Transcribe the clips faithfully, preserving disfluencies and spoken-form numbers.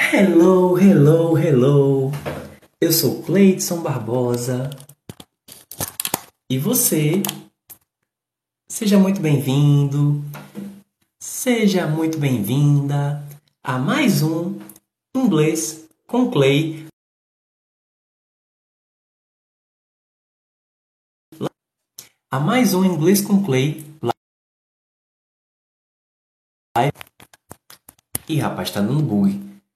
Hello, hello, hello. Eu sou Cleidson Barbosa e você, seja muito bem-vindo, seja muito bem-vinda a mais um Inglês com Clay, a mais um Inglês com Clay live. Ih, rapaz, tá dando bug.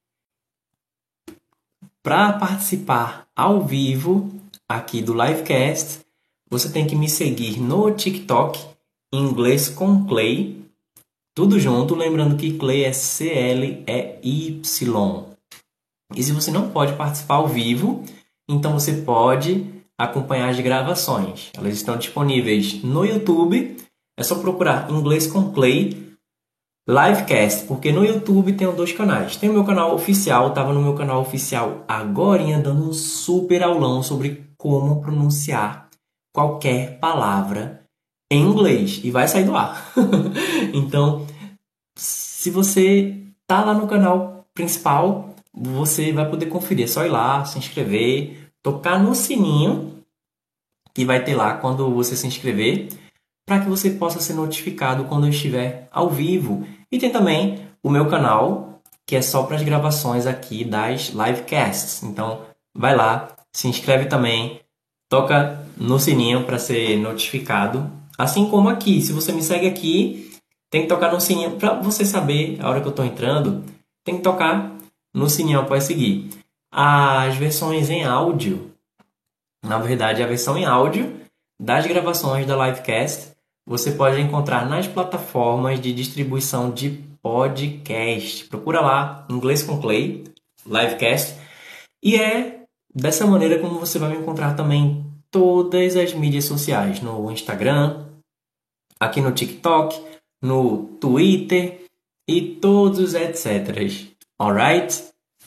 Para participar ao vivo aqui do livecast, você tem que me seguir no TikTok, Inglês com Clay. Tudo junto, lembrando que Clay é C L E Y. E se você não pode participar ao vivo, então você pode acompanhar as gravações. Elas estão disponíveis no YouTube. É só procurar Inglês com Clay Livecast, porque no YouTube tem dois canais. Tem o meu canal oficial, estava no meu canal oficial agorinha, dando um super aulão sobre como pronunciar qualquer palavra em inglês. E vai sair do ar. Então, se você tá lá no canal principal, você vai poder conferir. É só ir lá, se inscrever, tocar no sininho que vai ter lá quando você se inscrever, para que você possa ser notificado quando eu estiver ao vivo. E tem também o meu canal, que é só para as gravações aqui das livecasts. Então, vai lá, se inscreve também, toca no sininho para ser notificado. Assim como aqui, se você me segue aqui, tem que tocar no sininho para você saber a hora que eu estou entrando. Tem que tocar no sininho após seguir. As versões em áudio, na verdade, a versão em áudio das gravações da livecast, você pode encontrar nas plataformas de distribuição de podcast. Procura lá, Inglês com Clay, livecast. E é dessa maneira como você vai me encontrar também em todas as mídias sociais. No Instagram, aqui no TikTok, no Twitter e todos os etcétera. Alright?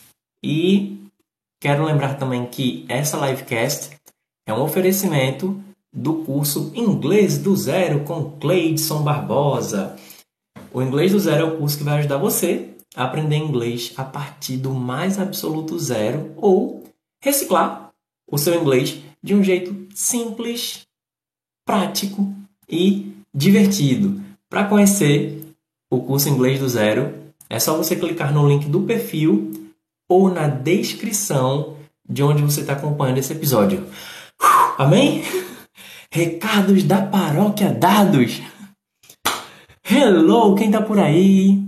E quero lembrar também que essa livecast é um oferecimento do curso Inglês do Zero com Cleidson Barbosa. O Inglês do Zero é o curso que vai ajudar você a aprender inglês a partir do mais absoluto zero ou reciclar o seu inglês de um jeito simples, prático e divertido. Para conhecer o curso Inglês do Zero, é só você clicar no link do perfil ou na descrição de onde você está acompanhando esse episódio. Amém? Recados da paróquia dados. Hello, quem tá por aí?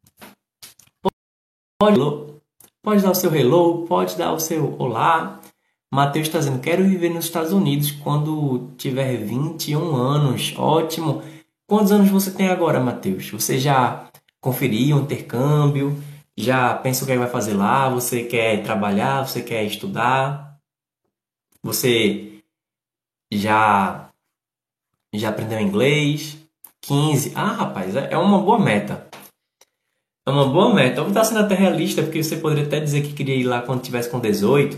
Pode, pode dar o seu hello, pode dar o seu olá. Matheus está dizendo, quero viver nos Estados Unidos quando tiver vinte e um anos. Ótimo. Quantos anos você tem agora, Matheus? Você já conferiu o intercâmbio? Já pensa o que vai fazer lá? Você quer trabalhar? Você quer estudar? Você já, já aprendeu inglês? quinze. Ah, rapaz, é é uma boa meta. É uma boa meta. Eu vou estar sendo até realista, porque você poderia até dizer que queria ir lá quando tivesse com dezoito.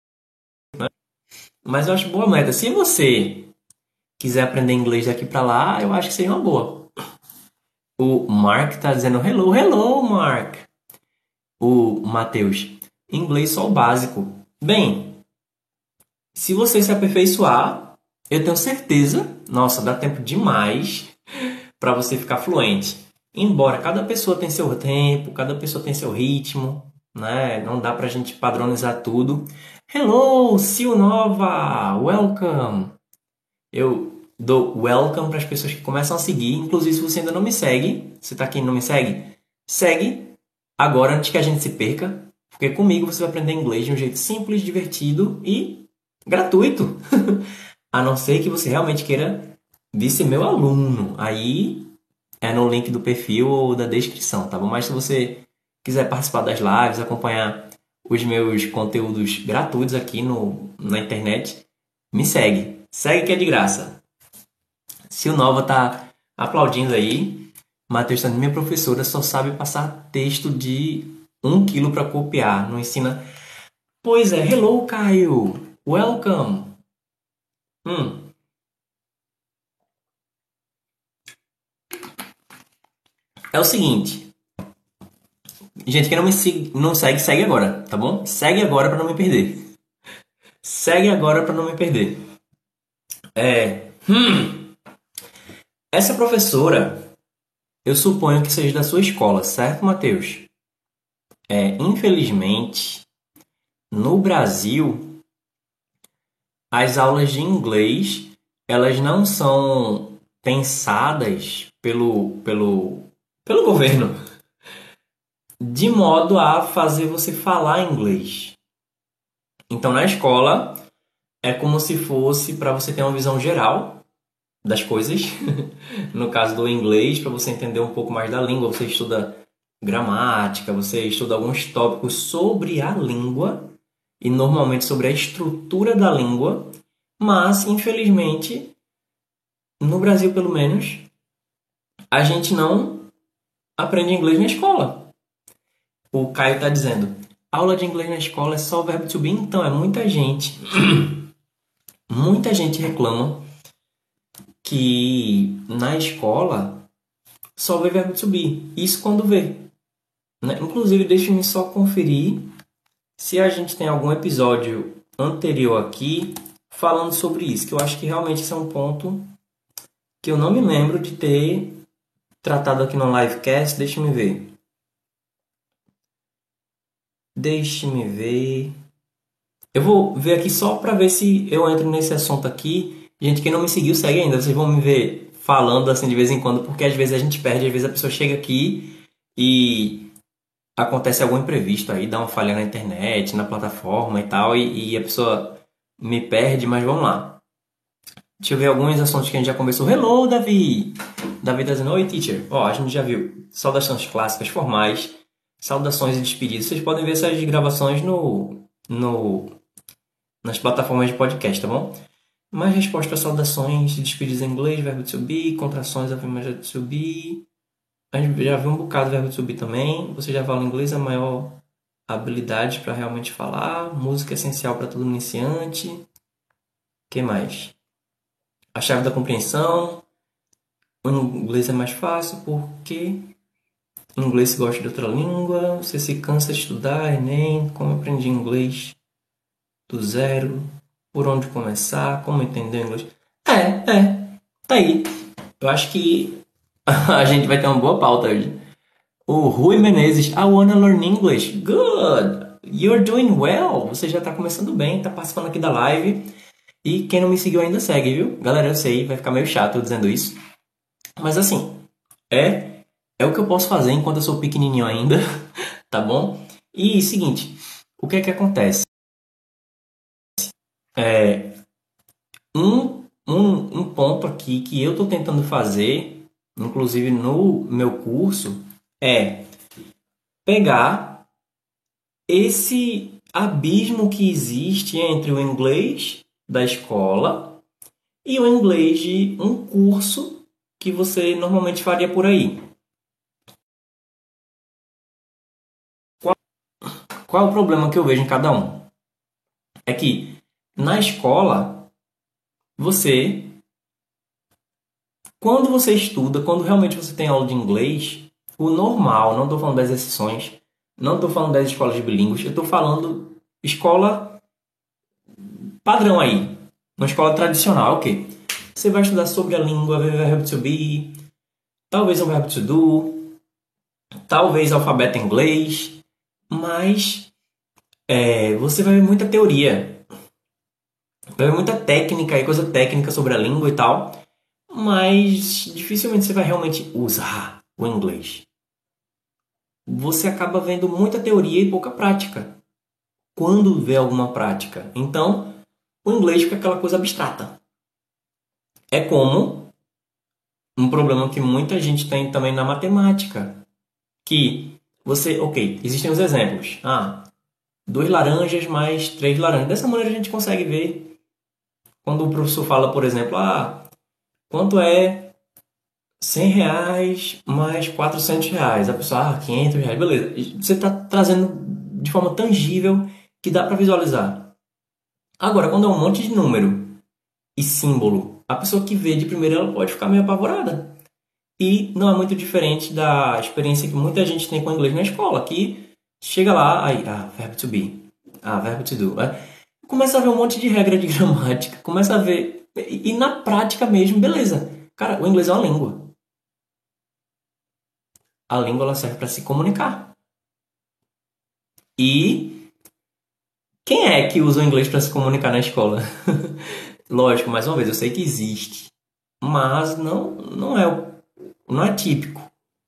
Mas eu acho boa meta. Se você quiser aprender inglês daqui para lá, eu acho que seria uma boa. O Mark está dizendo hello, hello, Mark. O Matheus, inglês só o básico. Bem, se você se aperfeiçoar, eu tenho certeza, nossa, dá tempo demais para você ficar fluente. Embora cada pessoa tem seu tempo, cada pessoa tem seu ritmo, né? Não dá pra gente padronizar tudo. Hello, Sil Nova, welcome. Eu dou welcome para as pessoas que começam a seguir. Inclusive, se você ainda não me segue, você está aqui e não me segue, segue agora antes que a gente se perca, porque comigo você vai aprender inglês de um jeito simples, divertido e gratuito. A não ser que você realmente queira vir ser meu aluno. Aí é no link do perfil ou da descrição, tá bom? Mas se você quiser participar das lives, acompanhar os meus conteúdos gratuitos aqui no, na internet, me segue. Segue que é de graça. Sil Nova tá aplaudindo aí. Matheus tá dizendo, minha professora só sabe passar texto de um quilo para copiar. Não ensina... Pois é. Hello, Caio. Welcome. Hum. É o seguinte. Gente, quem não me segue, não segue, segue agora, tá bom? Segue agora para não me perder. Segue agora para não me perder. É, hum, essa professora, eu suponho que seja da sua escola, certo, Matheus? É, infelizmente, no Brasil, as aulas de inglês, elas não são pensadas pelo, pelo, pelo governo de modo a fazer você falar inglês. Então, na escola, é como se fosse para você ter uma visão geral das coisas. No caso do inglês, para você entender um pouco mais da língua, você estuda gramática, você estuda alguns tópicos sobre a língua e normalmente sobre a estrutura da língua, mas infelizmente, no Brasil pelo menos, a gente não aprende inglês na escola. O Caio está dizendo, aula de inglês na escola é só o verbo to be, então é muita gente, muita gente reclama que na escola só vê verbo to be. Isso quando vê. Né? Inclusive, deixe-me só conferir se a gente tem algum episódio anterior aqui falando sobre isso, que eu acho que realmente esse é um ponto que eu não me lembro de ter tratado aqui no livecast. Deixe-me ver. Deixe-me ver. Eu vou ver aqui só para ver se eu entro nesse assunto aqui. Gente, quem não me seguiu, segue ainda. Vocês vão me ver falando assim de vez em quando, porque às vezes a gente perde, às vezes a pessoa chega aqui e acontece algum imprevisto aí, dá uma falha na internet, na plataforma e tal, e, e a pessoa me perde, mas vamos lá. Deixa eu ver alguns assuntos que a gente já conversou. Hello, Davi! Davi tá dizendo, oi, teacher. Ó, a gente já viu saudações clássicas formais, saudações e despedidas. Vocês podem ver essas gravações no, no, nas plataformas de podcast, tá bom? Mais resposta para saudações e despedidas em inglês, verbo to be, contrações, afirmativas to be. A gente já viu um bocado de verbo to be também. Você já fala inglês, a maior habilidade para realmente falar. Música essencial para todo iniciante. O que mais? A chave da compreensão. O inglês é mais fácil porque em inglês se gosta de outra língua. Você se cansa de estudar, Enem. Como eu aprendi inglês do zero. Por onde começar, como entender o inglês. É, é, tá aí. Eu acho que a gente vai ter uma boa pauta hoje. O Rui Menezes, I wanna learn English. Good! You're doing well. Você já tá começando bem, tá participando aqui da live. E quem não me seguiu ainda segue, viu? Galera, eu sei, vai ficar meio chato eu dizendo isso. Mas assim, é, é o que eu posso fazer enquanto eu sou pequenininho ainda, tá bom? E seguinte, o que é que acontece? É, um, um, um ponto aqui que eu estou tentando fazer, inclusive no meu curso, é pegar esse abismo que existe entre o inglês da escola e o inglês de um curso que você normalmente faria por aí. Qual, qual é o problema que eu vejo em cada um? É que na escola, você, quando você estuda, quando realmente você tem aula de inglês, o normal, não estou falando das exceções, não estou falando das escolas bilíngues, eu estou falando escola padrão aí, uma escola tradicional, ok? Você vai estudar sobre a língua, verbo to be, talvez um verbo to do, talvez alfabeto em inglês, mas é, você vai ver muita teoria. Vai ver muita técnica e coisa técnica sobre a língua e tal, mas dificilmente você vai realmente usar o inglês. Você acaba vendo muita teoria e pouca prática. Quando vê alguma prática. Então, o inglês fica aquela coisa abstrata. É como um problema que muita gente tem também na matemática. Que você, ok, existem os exemplos. Ah, duas laranjas mais três laranjas. Dessa maneira a gente consegue ver quando o professor fala, por exemplo, ah, quanto é cem reais mais quatrocentos reais? A pessoa, ah, quinhentos reais, beleza. Você está trazendo de forma tangível que dá para visualizar. Agora, quando é um monte de número e símbolo, a pessoa que vê de primeira ela pode ficar meio apavorada. E não é muito diferente da experiência que muita gente tem com o inglês na escola, que chega lá, aí, ah, verbo to be, ah, verbo to do. Né? Começa a ver um monte de regra de gramática, começa a ver. E, e na prática mesmo, beleza. Cara, o inglês é uma língua. A língua ela serve para se comunicar. E quem é que usa o inglês para se comunicar na escola? Lógico, mais uma vez, eu sei que existe, mas não, não é, o- não é típico.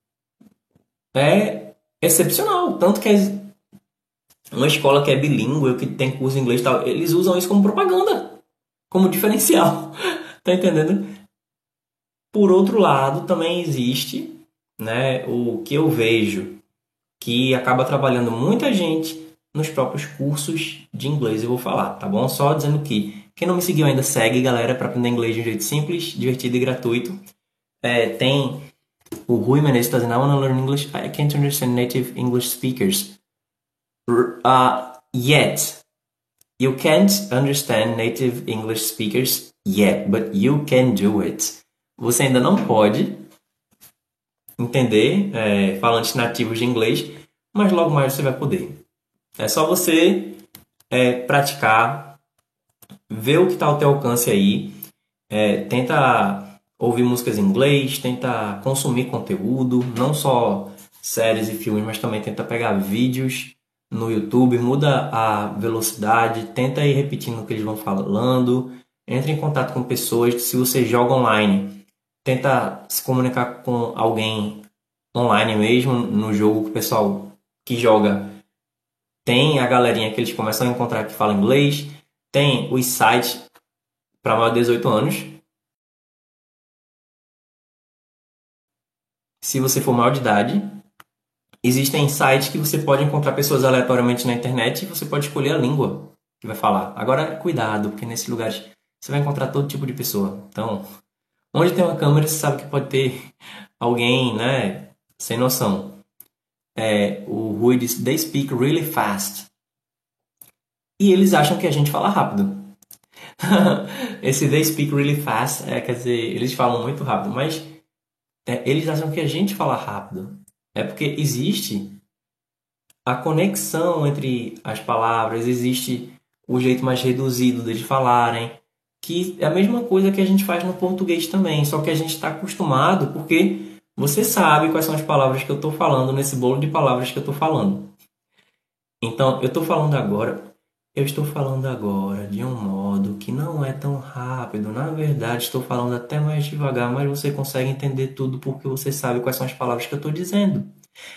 É excepcional. Tanto que as- uma escola que é bilíngue, que tem curso em inglês e tal, eles usam isso como propaganda, como diferencial. Tá entendendo? Por outro lado, também existe, né, o que eu vejo que acaba trabalhando muita gente nos próprios cursos de inglês. Eu vou falar, tá bom? Só dizendo que quem não me seguiu ainda segue, galera, para aprender inglês de um jeito simples, divertido e gratuito. É, tem o Rui Menezes está dizendo, I want to learn English. I can't understand native English speakers. Uh, yet. You can't understand native English speakers yet, but you can do it. Você ainda não pode entender é, falantes nativos de inglês, mas logo mais você vai poder. É só você é, praticar, ver o que está ao teu alcance aí, é, tenta ouvir músicas em inglês, tenta consumir conteúdo, não só séries e filmes, mas também tenta pegar vídeos no YouTube, muda a velocidade, tenta ir repetindo o que eles vão falando, entre em contato com pessoas, se você joga online, tenta se comunicar com alguém online mesmo, no jogo que o pessoal que joga tem a galerinha que eles começam a encontrar que fala inglês, tem os sites para maior de dezoito anos. Se você for maior de idade, existem sites que você pode encontrar pessoas aleatoriamente na internet e você pode escolher a língua que vai falar. Agora, cuidado, porque nesses lugares você vai encontrar todo tipo de pessoa. Então, onde tem uma câmera, você sabe que pode ter alguém, né, sem noção. É, o Rui disse, they speak really fast. E eles acham que a gente fala rápido. Esse they speak really fast, é, quer dizer, eles falam muito rápido, mas é, eles acham que a gente fala rápido. É porque existe a conexão entre as palavras, existe o jeito mais reduzido deles falarem, que é a mesma coisa que a gente faz no português também, só que a gente está acostumado porque você sabe quais são as palavras que eu estou falando nesse bolo de palavras que eu estou falando. Então, eu estou falando agora, eu estou falando agora de um modo que não é tão rápido. Na verdade, estou falando até mais devagar, mas você consegue entender tudo porque você sabe quais são as palavras que eu estou dizendo.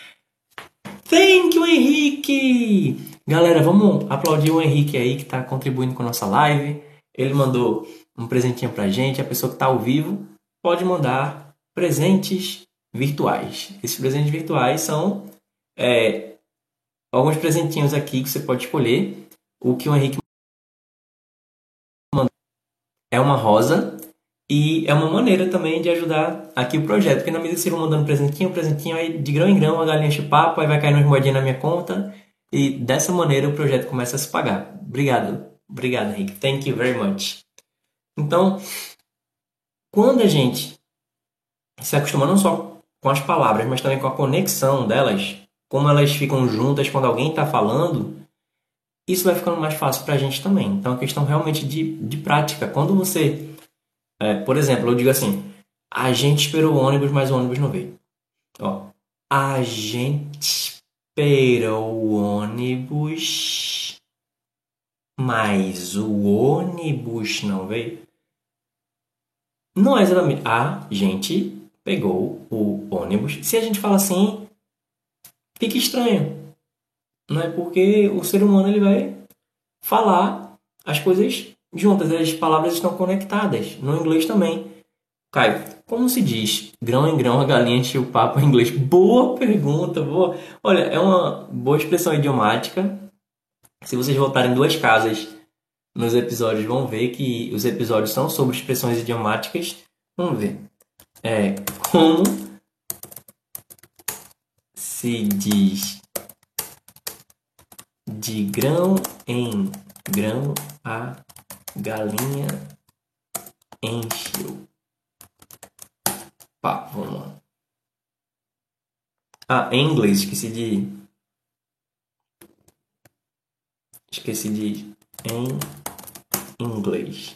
Thank you, Henrique! Galera, vamos aplaudir o Henrique aí que está contribuindo com a nossa live. Ele mandou um presentinho pra gente. A pessoa que está ao vivo pode mandar presentes virtuais. Esses presentes virtuais são é, alguns presentinhos aqui que você pode escolher. O que o Henrique mandou é uma rosa e é uma maneira também de ajudar aqui o projeto. Porque na medida que vocês vão mandando presentinho, presentinho, aí de grão em grão a galinha enche o papo, aí vai cair umas moedinhas na minha conta. E dessa maneira o projeto começa a se pagar. Obrigado. Obrigado, Henrique. Thank you very much. Então, quando a gente se acostuma não só com as palavras, mas também com a conexão delas, como elas ficam juntas quando alguém está falando, isso vai ficando mais fácil para a gente também. Então, é uma questão realmente de, de prática. Quando você, é, por exemplo, eu digo assim, a gente esperou o ônibus, mas o ônibus não veio. Ó, a gente esperou o ônibus, mas o ônibus não veio. Não é exatamente a gente pegou o ônibus. Se a gente fala assim, fica estranho. Não é porque o ser humano ele vai falar as coisas juntas, as palavras estão conectadas. No inglês também. Caio, como se diz grão em grão a galinha enche o papo em inglês? Boa pergunta, boa. Olha, é uma boa expressão idiomática. Se vocês voltarem duas casas nos episódios, vão ver que os episódios são sobre expressões idiomáticas. Vamos ver. É, como se diz de grão em grão a galinha enche o papo. Vamos lá. Ah, em inglês, esqueci de. Esqueci de. Em inglês.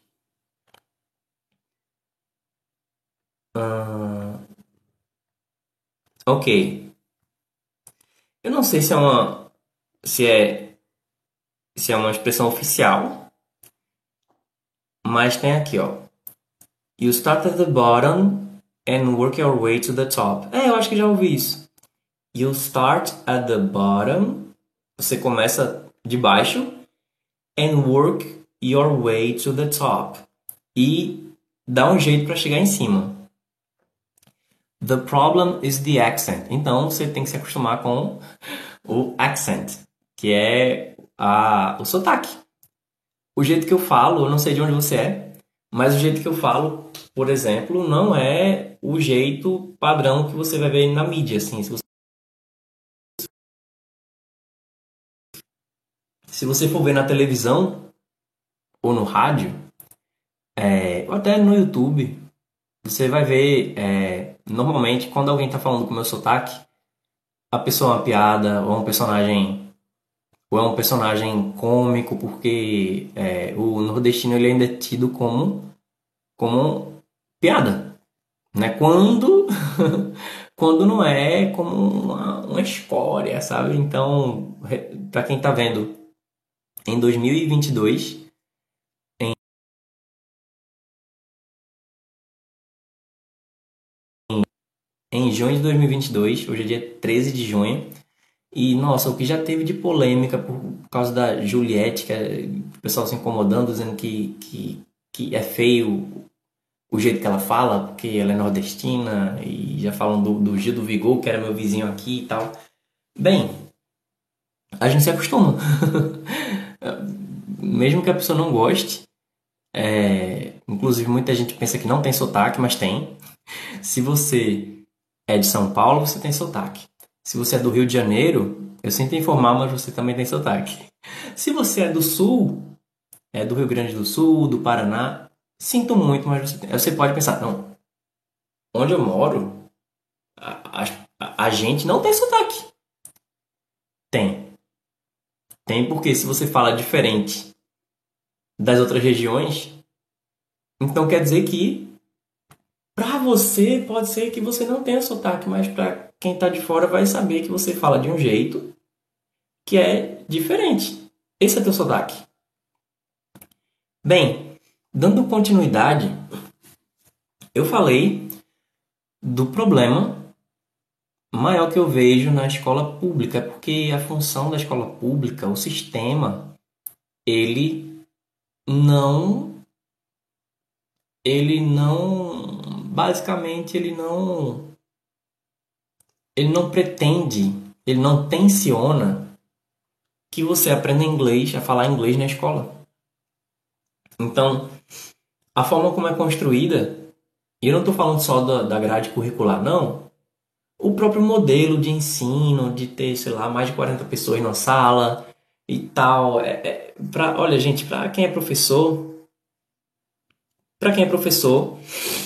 Ah, ok. Eu não sei se é uma. Se é. Se é uma expressão oficial, mas tem aqui, ó. You start at the bottom and work your way to the top. É, eu acho que já ouvi isso. You start at the bottom. Você começa de baixo. And work your way to the top. E dá um jeito para chegar em cima. The problem is the accent. Então você tem que se acostumar com o accent, que é a, o sotaque. O jeito que eu falo, eu não sei de onde você é, mas o jeito que eu falo, por exemplo, não é o jeito padrão que você vai ver na mídia. Assim, se você, se você for ver na televisão ou no rádio, é, ou até no YouTube, você vai ver, é, normalmente, quando alguém está falando com o meu sotaque, a pessoa é uma piada ou um personagem ou é um personagem cômico, porque é, o nordestino ele ainda é tido como como piada, né? Quando quando não é como uma, uma escória, sabe? Então, para quem tá vendo, em dois mil e vinte e dois, em junho de dois mil e vinte e dois, hoje é dia treze de junho, e nossa, o que já teve de polêmica por, por causa da Juliette, que é, o pessoal se incomodando, dizendo que, que, que é feio o jeito que ela fala, porque ela é nordestina, e já falam do, do Gil do Vigor, que era meu vizinho aqui e tal. Bem, a gente se acostuma. Mesmo que a pessoa não goste, é, inclusive muita gente pensa que não tem sotaque, mas tem. Se você é de São Paulo, você tem sotaque. Se você é do Rio de Janeiro, eu sinto informar, mas você também tem sotaque. Se você é do Sul, é do Rio Grande do Sul, do Paraná, sinto muito, mas você, você pode pensar, não, onde eu moro, a, a, a gente não tem sotaque. Tem. Tem porque se você fala diferente das outras regiões, então quer dizer que para você pode ser que você não tenha sotaque, mas para quem está de fora vai saber que você fala de um jeito que é diferente. Esse é teu sotaque. Bem, dando continuidade, eu falei do problema maior que eu vejo na escola pública, porque a função da escola pública, o sistema, ele não, ele não, basicamente ele não, ele não pretende, ele não tenciona que você aprenda inglês, a falar inglês na escola. Então, a forma como é construída, e eu não estou falando só da, da grade curricular, não. O próprio modelo de ensino, de ter, sei lá, mais de quarenta pessoas na sala e tal. É, é, pra, olha, gente, para quem é professor, para quem é professor,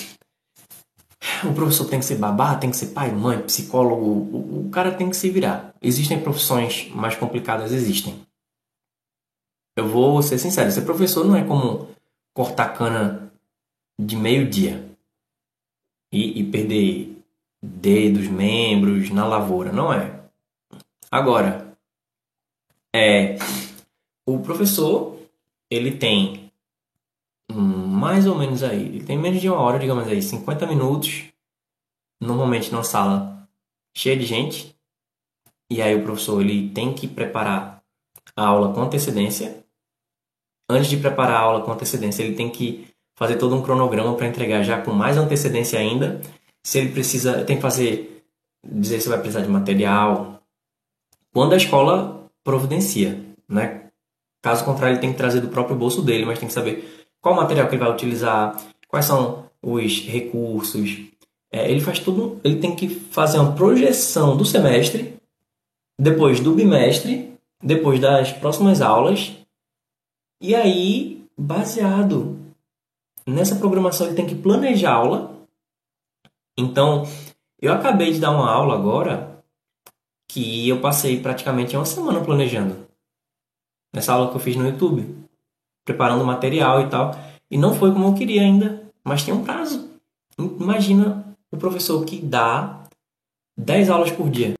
o professor tem que ser babá, tem que ser pai, mãe, psicólogo, o, o cara tem que se virar. Existem profissões mais complicadas, existem. Eu vou ser sincero, ser professor não é como cortar cana de meio-dia e, e perder dedos, membros na lavoura, não é. Agora, é, o professor, ele tem hum, mais ou menos aí, ele tem menos de uma hora, digamos aí, cinquenta minutos, normalmente numa sala cheia de gente, e aí o professor ele tem que preparar a aula com antecedência. Antes de preparar a aula com antecedência, ele tem que fazer todo um cronograma para entregar já com mais antecedência ainda. Se ele precisa, tem que fazer, dizer se vai precisar de material, quando a escola providencia, né? Caso contrário, ele tem que trazer do próprio bolso dele, mas tem que saber qual material que ele vai utilizar, quais são os recursos. É, ele faz tudo, ele tem que fazer uma projeção do semestre, depois do bimestre, depois das próximas aulas, e aí, baseado nessa programação, ele tem que planejar a aula. Então, eu acabei de dar uma aula agora que eu passei praticamente uma semana planejando. Nessa aula que eu fiz no YouTube, preparando material e tal. E não foi como eu queria ainda, mas tem um prazo. Imagina o professor que dá dez aulas por dia.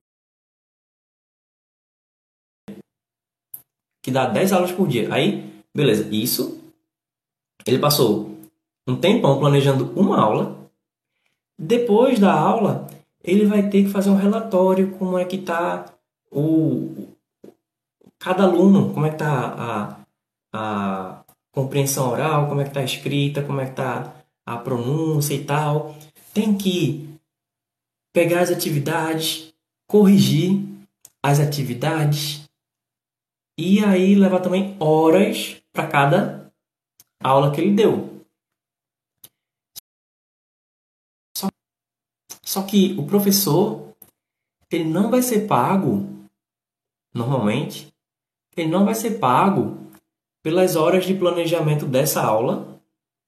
Que dá dez aulas por dia. Aí, beleza, isso. Ele passou um tempão planejando uma aula. Depois da aula, ele vai ter que fazer um relatório como é que está o cada aluno, como é que está a, a compreensão oral, como é que está a escrita, como é que está a pronúncia e tal. Tem que pegar as atividades, corrigir as atividades e aí levar também horas para cada aula que ele deu. Só, só que o professor, ele não vai ser pago, normalmente, ele não vai ser pago pelas horas de planejamento dessa aula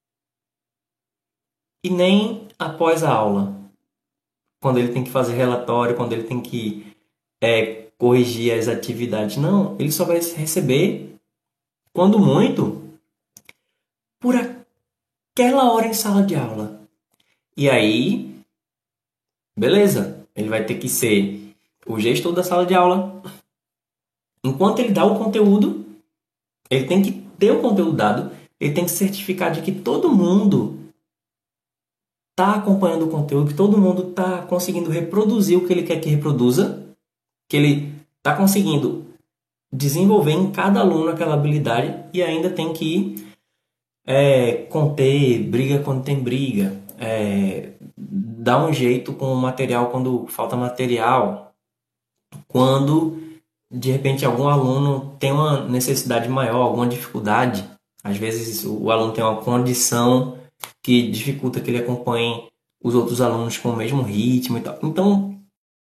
e nem após a aula. Quando ele tem que fazer relatório, quando ele tem que é, corrigir as atividades. Não, ele só vai receber, quando muito, por aquela hora em sala de aula. E aí, beleza, ele vai ter que ser o gestor da sala de aula. Enquanto ele dá o conteúdo, ele tem que ter o conteúdo dado, ele tem que certificar de que todo mundo está acompanhando o conteúdo, que todo mundo está conseguindo reproduzir o que ele quer que reproduza, que ele está conseguindo desenvolver em cada aluno aquela habilidade e ainda tem que é, conter briga quando tem briga, é, dar um jeito com o material quando falta material, quando de repente algum aluno tem uma necessidade maior, alguma dificuldade, às vezes o aluno tem uma condição que dificulta que ele acompanhe os outros alunos com o mesmo ritmo e tal. Então,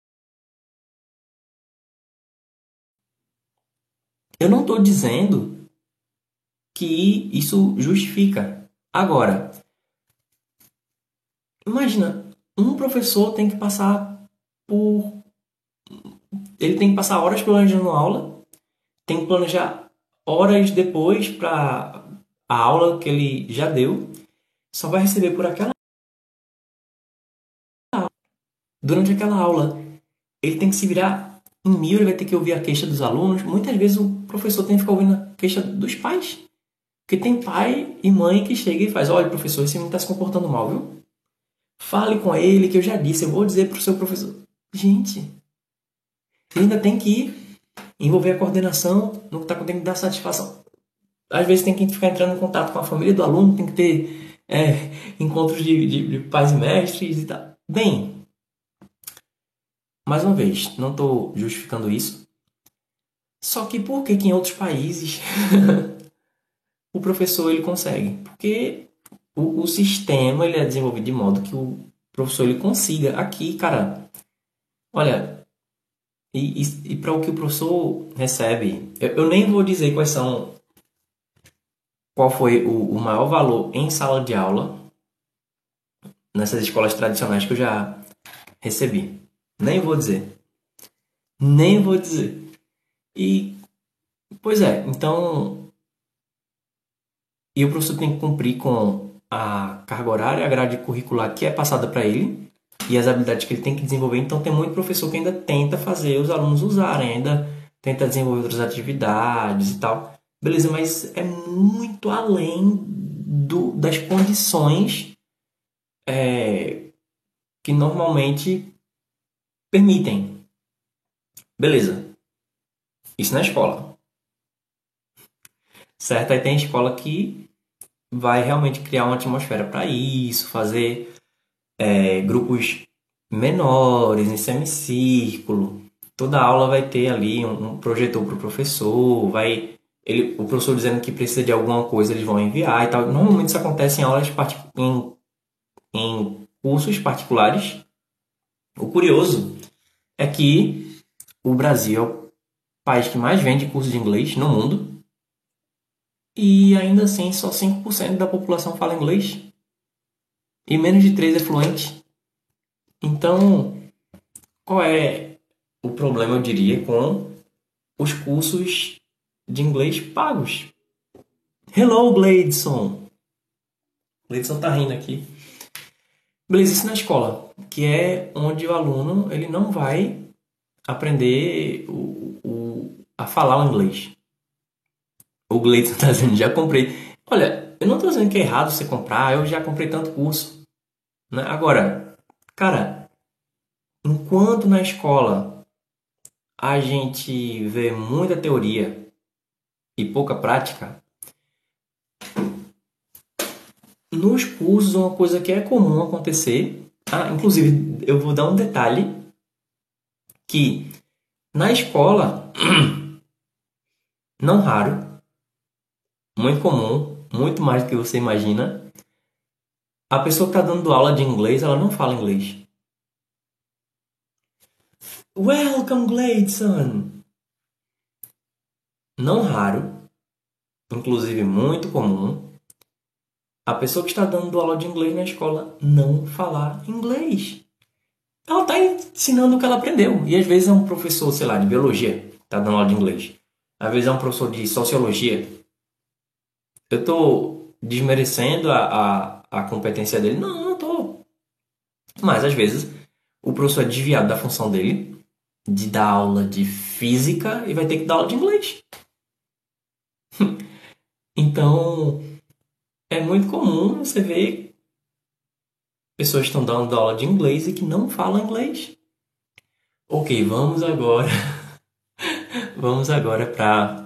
eu não estou dizendo que isso justifica. Agora, imagina, um professor tem que passar por... Ele tem que passar horas planejando aula, tem que planejar horas depois para a aula que ele já deu, só vai receber por aquela aula. Durante aquela aula, ele tem que se virar em mil, ele vai ter que ouvir a queixa dos alunos. Muitas vezes o professor tem que ficar ouvindo a queixa dos pais. Porque tem pai e mãe que chega e faz: olha, professor, esse menino está se comportando mal, viu? Fale com ele, que eu já disse, eu vou dizer para o seu professor. Gente, ele ainda tem que envolver a coordenação, no que está tem que dar satisfação. Às vezes tem que ficar entrando em contato com a família do aluno, tem que ter é, encontros de, de, de pais e mestres e tal. Bem, mais uma vez, não estou justificando isso. Só que por que, que em outros países o professor ele consegue? Porque o, o sistema ele é desenvolvido de modo que o professor ele consiga. Aqui, cara, olha, e, e, e para o que o professor recebe, eu, eu nem vou dizer quais são, qual foi o, o maior valor em sala de aula nessas escolas tradicionais que eu já recebi. Nem vou dizer. Nem vou dizer. E, pois é, então, e o professor tem que cumprir com a carga horária, a grade curricular que é passada para ele e as habilidades que ele tem que desenvolver. Então, tem muito professor que ainda tenta fazer os alunos usarem, ainda tenta desenvolver outras atividades e tal. Beleza, mas é muito além do, das condições é, que normalmente permitem. Beleza. Isso na escola. Certo? Aí tem escola que vai realmente criar uma atmosfera para isso, fazer é, grupos menores, em semicírculo. Toda aula vai ter ali um, um projetor para o professor, vai, ele, o professor dizendo que precisa de alguma coisa, eles vão enviar e tal. Normalmente isso acontece em aulas, em, em cursos particulares. O curioso é que o Brasil é o país que mais vende curso de inglês no mundo. E ainda assim, só cinco por cento da população fala inglês. E menos de três é fluente. Então, qual é o problema, eu diria, com os cursos de inglês pagos. Hello, Gleidson! Gleidson tá rindo aqui. Beleza, isso na escola, que é onde o aluno ele não vai aprender o, o, a falar o inglês. O Gleidson tá dizendo, já comprei. Olha, eu não tô dizendo que é errado você comprar, eu já comprei tanto curso. Né? Agora, cara, enquanto na escola a gente vê muita teoria e pouca prática, nos cursos uma coisa que é comum acontecer, ah, inclusive eu vou dar um detalhe, que na escola, não raro, muito comum, muito mais do que você imagina, a pessoa que está dando aula de inglês, ela não fala inglês. Welcome, Gleidson! Não raro, inclusive muito comum, a pessoa que está dando aula de inglês na escola não falar inglês. Ela está ensinando o que ela aprendeu. E às vezes é um professor, sei lá, de biologia, que está dando aula de inglês. Às vezes é um professor de sociologia. Eu estou desmerecendo a, a, a competência dele? Não, não estou. Mas às vezes o professor é desviado da função dele, de dar aula de física, e vai ter que dar aula de inglês. Então, é muito comum você ver pessoas que estão dando aula de inglês e que não falam inglês. Ok, vamos agora. Vamos agora para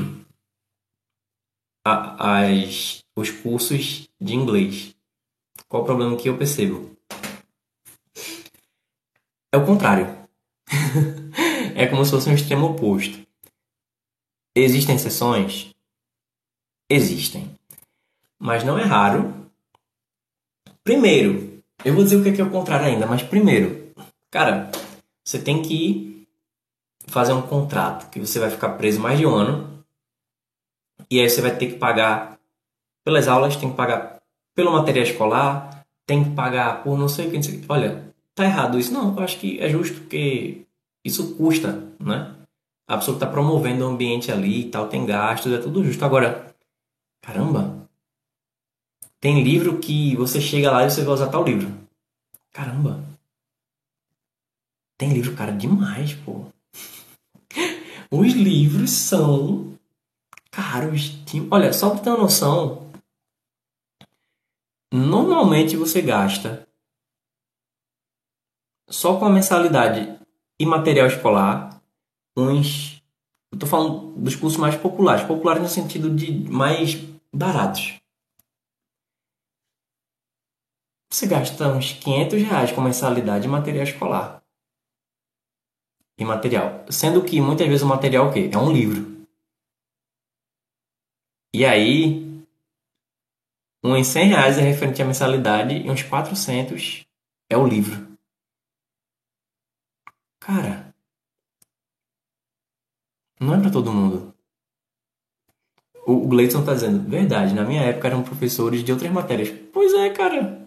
as os cursos de inglês. Qual o problema que eu percebo? É o contrário. É como se fosse um extremo oposto. Existem exceções? Existem. Mas não é raro. Primeiro, eu vou dizer o que é o contrário ainda, mas primeiro, cara, você tem que fazer um contrato que você vai ficar preso mais de um ano. E aí você vai ter que pagar pelas aulas, tem que pagar pelo material escolar, tem que pagar por não sei o que. Não sei o que. Olha, tá errado isso? Não, eu acho que é justo porque isso custa, né? A pessoa que está promovendo o ambiente ali e tal, tem gastos, é tudo justo. Agora, caramba, tem livro que você chega lá e você vai usar tal livro. Caramba, tem livro, cara, demais, pô. Os livros são caros. de- Olha, só pra ter uma noção, normalmente você gasta só com a mensalidade e material escolar uns. Eu tô falando dos cursos mais populares. Populares no sentido de mais baratos. Você gasta uns quinhentos reais com mensalidade e material escolar. E material. Sendo que muitas vezes o material é o quê? É um livro. E aí, uns cem reais é referente à mensalidade e uns quatrocentos é o livro. Cara, não é pra todo mundo. O o Gleison tá dizendo, verdade, na minha época eram professores de outras matérias. Pois é, cara.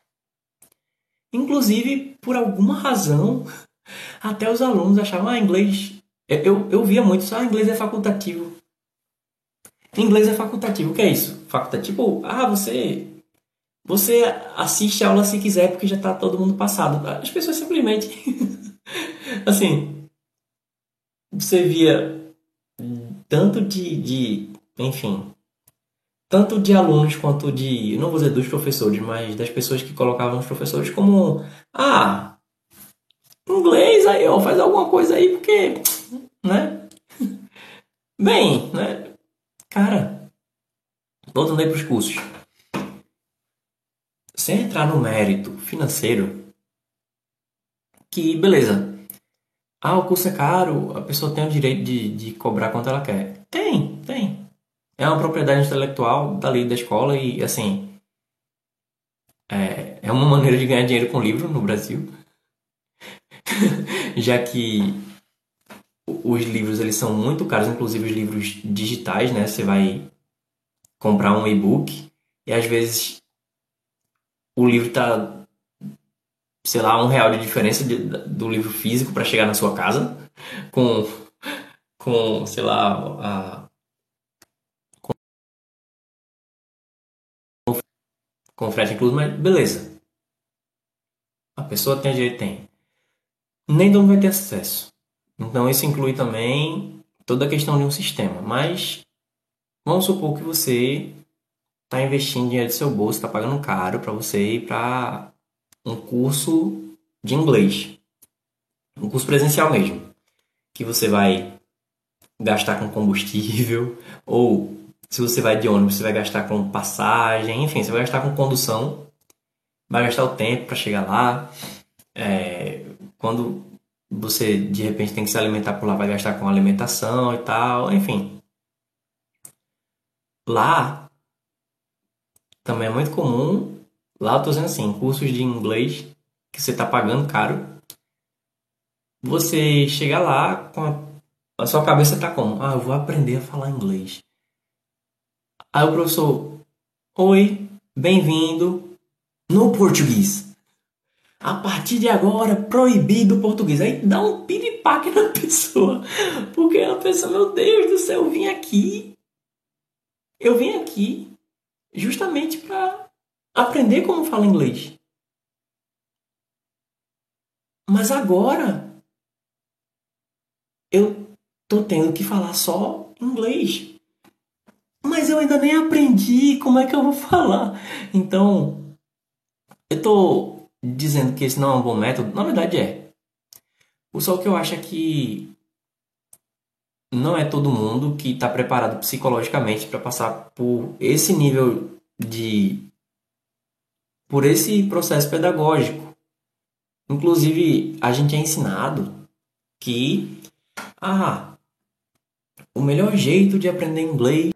Inclusive, por alguma razão, até os alunos achavam, ah, inglês. Eu, eu, eu via muito isso, ah, inglês é facultativo. Inglês é facultativo. O que é isso? Facultativo? Ah, você você assiste a aula se quiser porque já está todo mundo passado. As pessoas simplesmente, assim, você via tanto de, de, enfim, tanto de alunos quanto de, eu não vou dizer dos professores, mas das pessoas que colocavam os professores como, ah, inglês aí, ó, faz alguma coisa aí porque, né? Bem, né? Cara, voltando aí para os cursos. Sem entrar no mérito financeiro, que beleza. Ah, o curso é caro, a pessoa tem o direito de, de cobrar quanto ela quer. Tem, tem. É uma propriedade intelectual da lei da escola e, assim, é, é uma maneira de ganhar dinheiro com livro no Brasil, já que os livros eles são muito caros, inclusive os livros digitais, né? Você vai comprar um e-book e às vezes o livro está sei lá, um real de diferença de- do livro físico para chegar na sua casa, com, com sei lá, a, com frete incluso, mas beleza. A pessoa tem direito, tem. Nem todo mundo vai ter acesso. Então isso inclui também toda a questão de um sistema. Mas vamos supor que você está investindo dinheiro do seu bolso, está pagando caro para você ir para um curso de inglês, um curso presencial mesmo, que você vai gastar com combustível, ou se você vai de ônibus, você vai gastar com passagem, enfim, você vai gastar com condução, vai gastar o tempo para chegar lá. É, quando você de repente tem que se alimentar por lá, vai gastar com alimentação e tal, enfim. Lá também é muito comum, lá eu tô dizendo assim, cursos de inglês que você está pagando caro, você chega lá com a, a sua cabeça tá como? Ah, eu vou aprender a falar inglês. Aí o professor, oi, bem-vindo no português. A partir de agora, proibido o português. Aí dá um piripaque na pessoa. Porque a pessoa, meu Deus do céu, eu vim aqui. Eu vim aqui justamente para aprender como fala inglês. Mas agora eu tô tendo que falar só inglês. Mas eu ainda nem aprendi como é que eu vou falar. Então, eu tô dizendo que esse não é um bom método. Na verdade é. Só que eu acho é que não é todo mundo que está preparado psicologicamente para passar por esse nível de, por esse processo pedagógico. Inclusive, a gente é ensinado que ah, o melhor jeito de aprender inglês,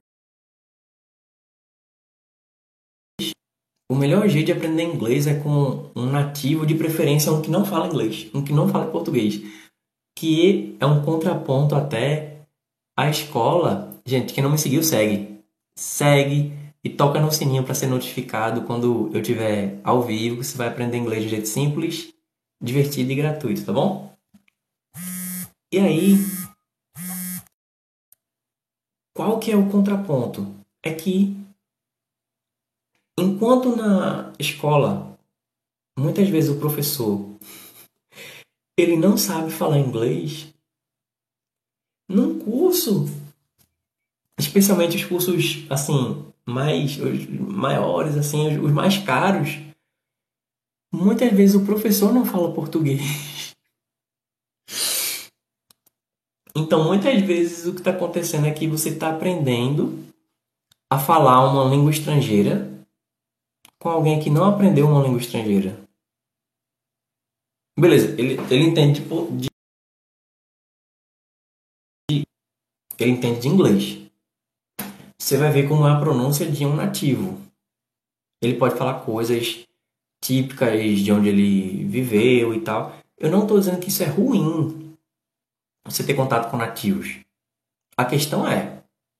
o melhor jeito de aprender inglês é com um nativo, de preferência um que não fala inglês, um que não fala português, que é um contraponto até à escola. Gente, quem não me seguiu, segue. Segue e toca no sininho para ser notificado quando eu tiver ao vivo. Você vai aprender inglês de um jeito simples, divertido e gratuito, tá bom? E aí, qual que é o contraponto? É que enquanto na escola, muitas vezes o professor ele não sabe falar inglês, num curso, especialmente os cursos assim mais os maiores, assim, os, os mais caros, muitas vezes o professor não fala português. Então, muitas vezes o que está acontecendo é que você está aprendendo a falar uma língua estrangeira com alguém que não aprendeu uma língua estrangeira. Beleza, ele, ele entende tipo, de, ele entende de inglês. Você vai ver como é a pronúncia de um nativo. Ele pode falar coisas típicas de onde ele viveu e tal. Eu não estou dizendo que isso é ruim, você ter contato com nativos. A questão é,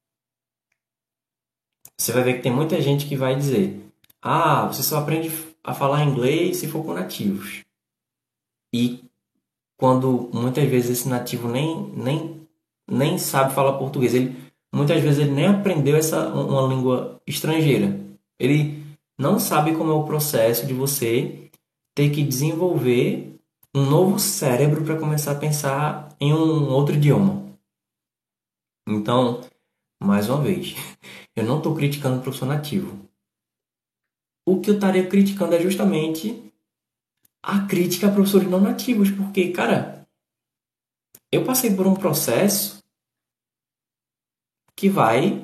você vai ver que tem muita gente que vai dizer: ah, você só aprende a falar inglês se for com nativos. E quando muitas vezes esse nativo nem, nem, nem sabe falar português, ele, muitas vezes ele nem aprendeu essa, uma língua estrangeira. Ele não sabe como é o processo de você ter que desenvolver um novo cérebro para começar a pensar em um outro idioma. Então, mais uma vez, eu não estou criticando o professor nativo. O que eu estaria criticando é justamente a crítica a professores não nativos, porque, cara, eu passei por um processo que vai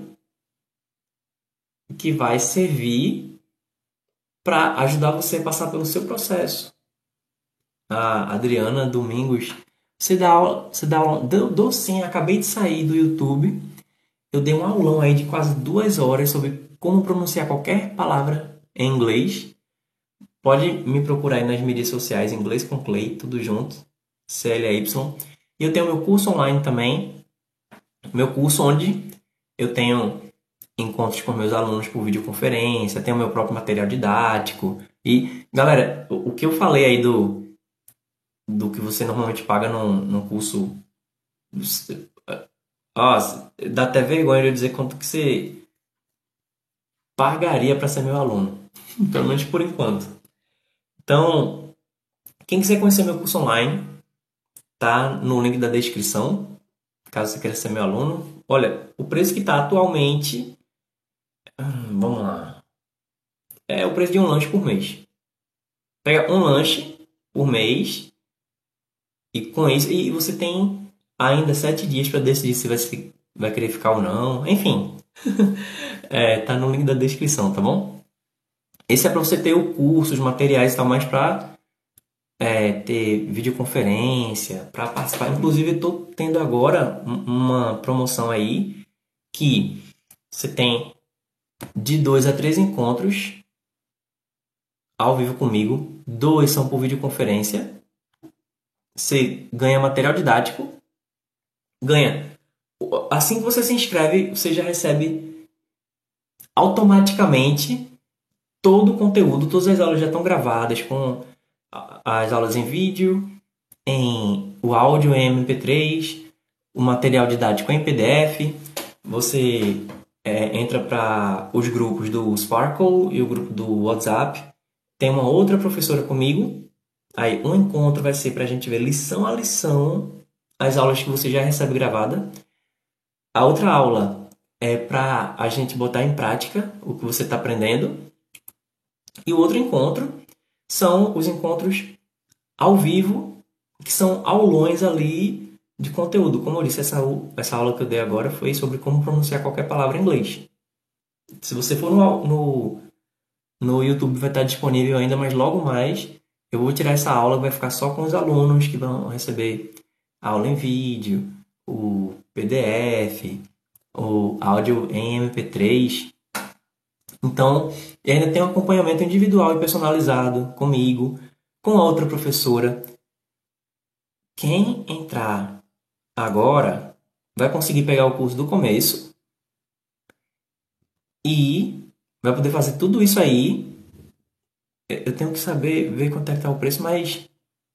que vai servir para ajudar você a passar pelo seu processo. A Adriana Domingos, você dá aula, você dá aula, dou, dou sim, acabei de sair do YouTube. Eu dei um aulão aí de quase duas horas sobre como pronunciar qualquer palavra em inglês. Pode me procurar aí nas mídias sociais, Inglês com Clay, tudo junto, C L A Y. E eu tenho meu curso online também, meu curso onde eu tenho encontros com meus alunos por videoconferência, tenho meu próprio material didático, E, galera, o, o que eu falei aí do, do que você normalmente paga num, num curso. Ó, dá até vergonha de eu dizer quanto que você pagaria para ser meu aluno. Pelo menos por enquanto. Então, quem quiser conhecer meu curso online, tá no link da descrição, caso você queira ser meu aluno. Olha, o preço que está atualmente, hum, vamos lá, é o preço de um lanche por mês. Pega um lanche por mês e com isso e você tem ainda sete dias para decidir se vai, se vai querer ficar ou não. Enfim, é, tá no link da descrição, tá bom? Esse é para você ter o curso, os materiais e tal, mais para é, ter videoconferência, para participar. Inclusive, estou tendo agora um- uma promoção aí que você tem de dois a três encontros ao vivo comigo. Dois são por videoconferência. Você ganha material didático, ganha. Assim que você se inscreve, você já recebe automaticamente todo o conteúdo, todas as aulas já estão gravadas com as aulas em vídeo, em o áudio em M P três, o material didático em P D F. Você é, entra para os grupos do Sparkle e o grupo do WhatsApp. Tem uma outra professora comigo. Aí um encontro vai ser para a gente ver lição a lição as aulas que você já recebe gravada. A outra aula é para a gente botar em prática o que você está aprendendo. E o outro encontro são os encontros ao vivo, que são aulões ali de conteúdo. Como eu disse, essa, essa aula que eu dei agora foi sobre como pronunciar qualquer palavra em inglês. Se você for no, no, no YouTube, vai estar disponível ainda, mas logo mais eu vou tirar essa aula, vai ficar só com os alunos que vão receber a aula em vídeo, o P D F, o áudio em M P três. Então, e ainda tem um acompanhamento individual e personalizado comigo, com a outra professora. Quem entrar agora vai conseguir pegar o curso do começo e vai poder fazer tudo isso aí. Eu tenho que saber ver quanto é que está o preço, mas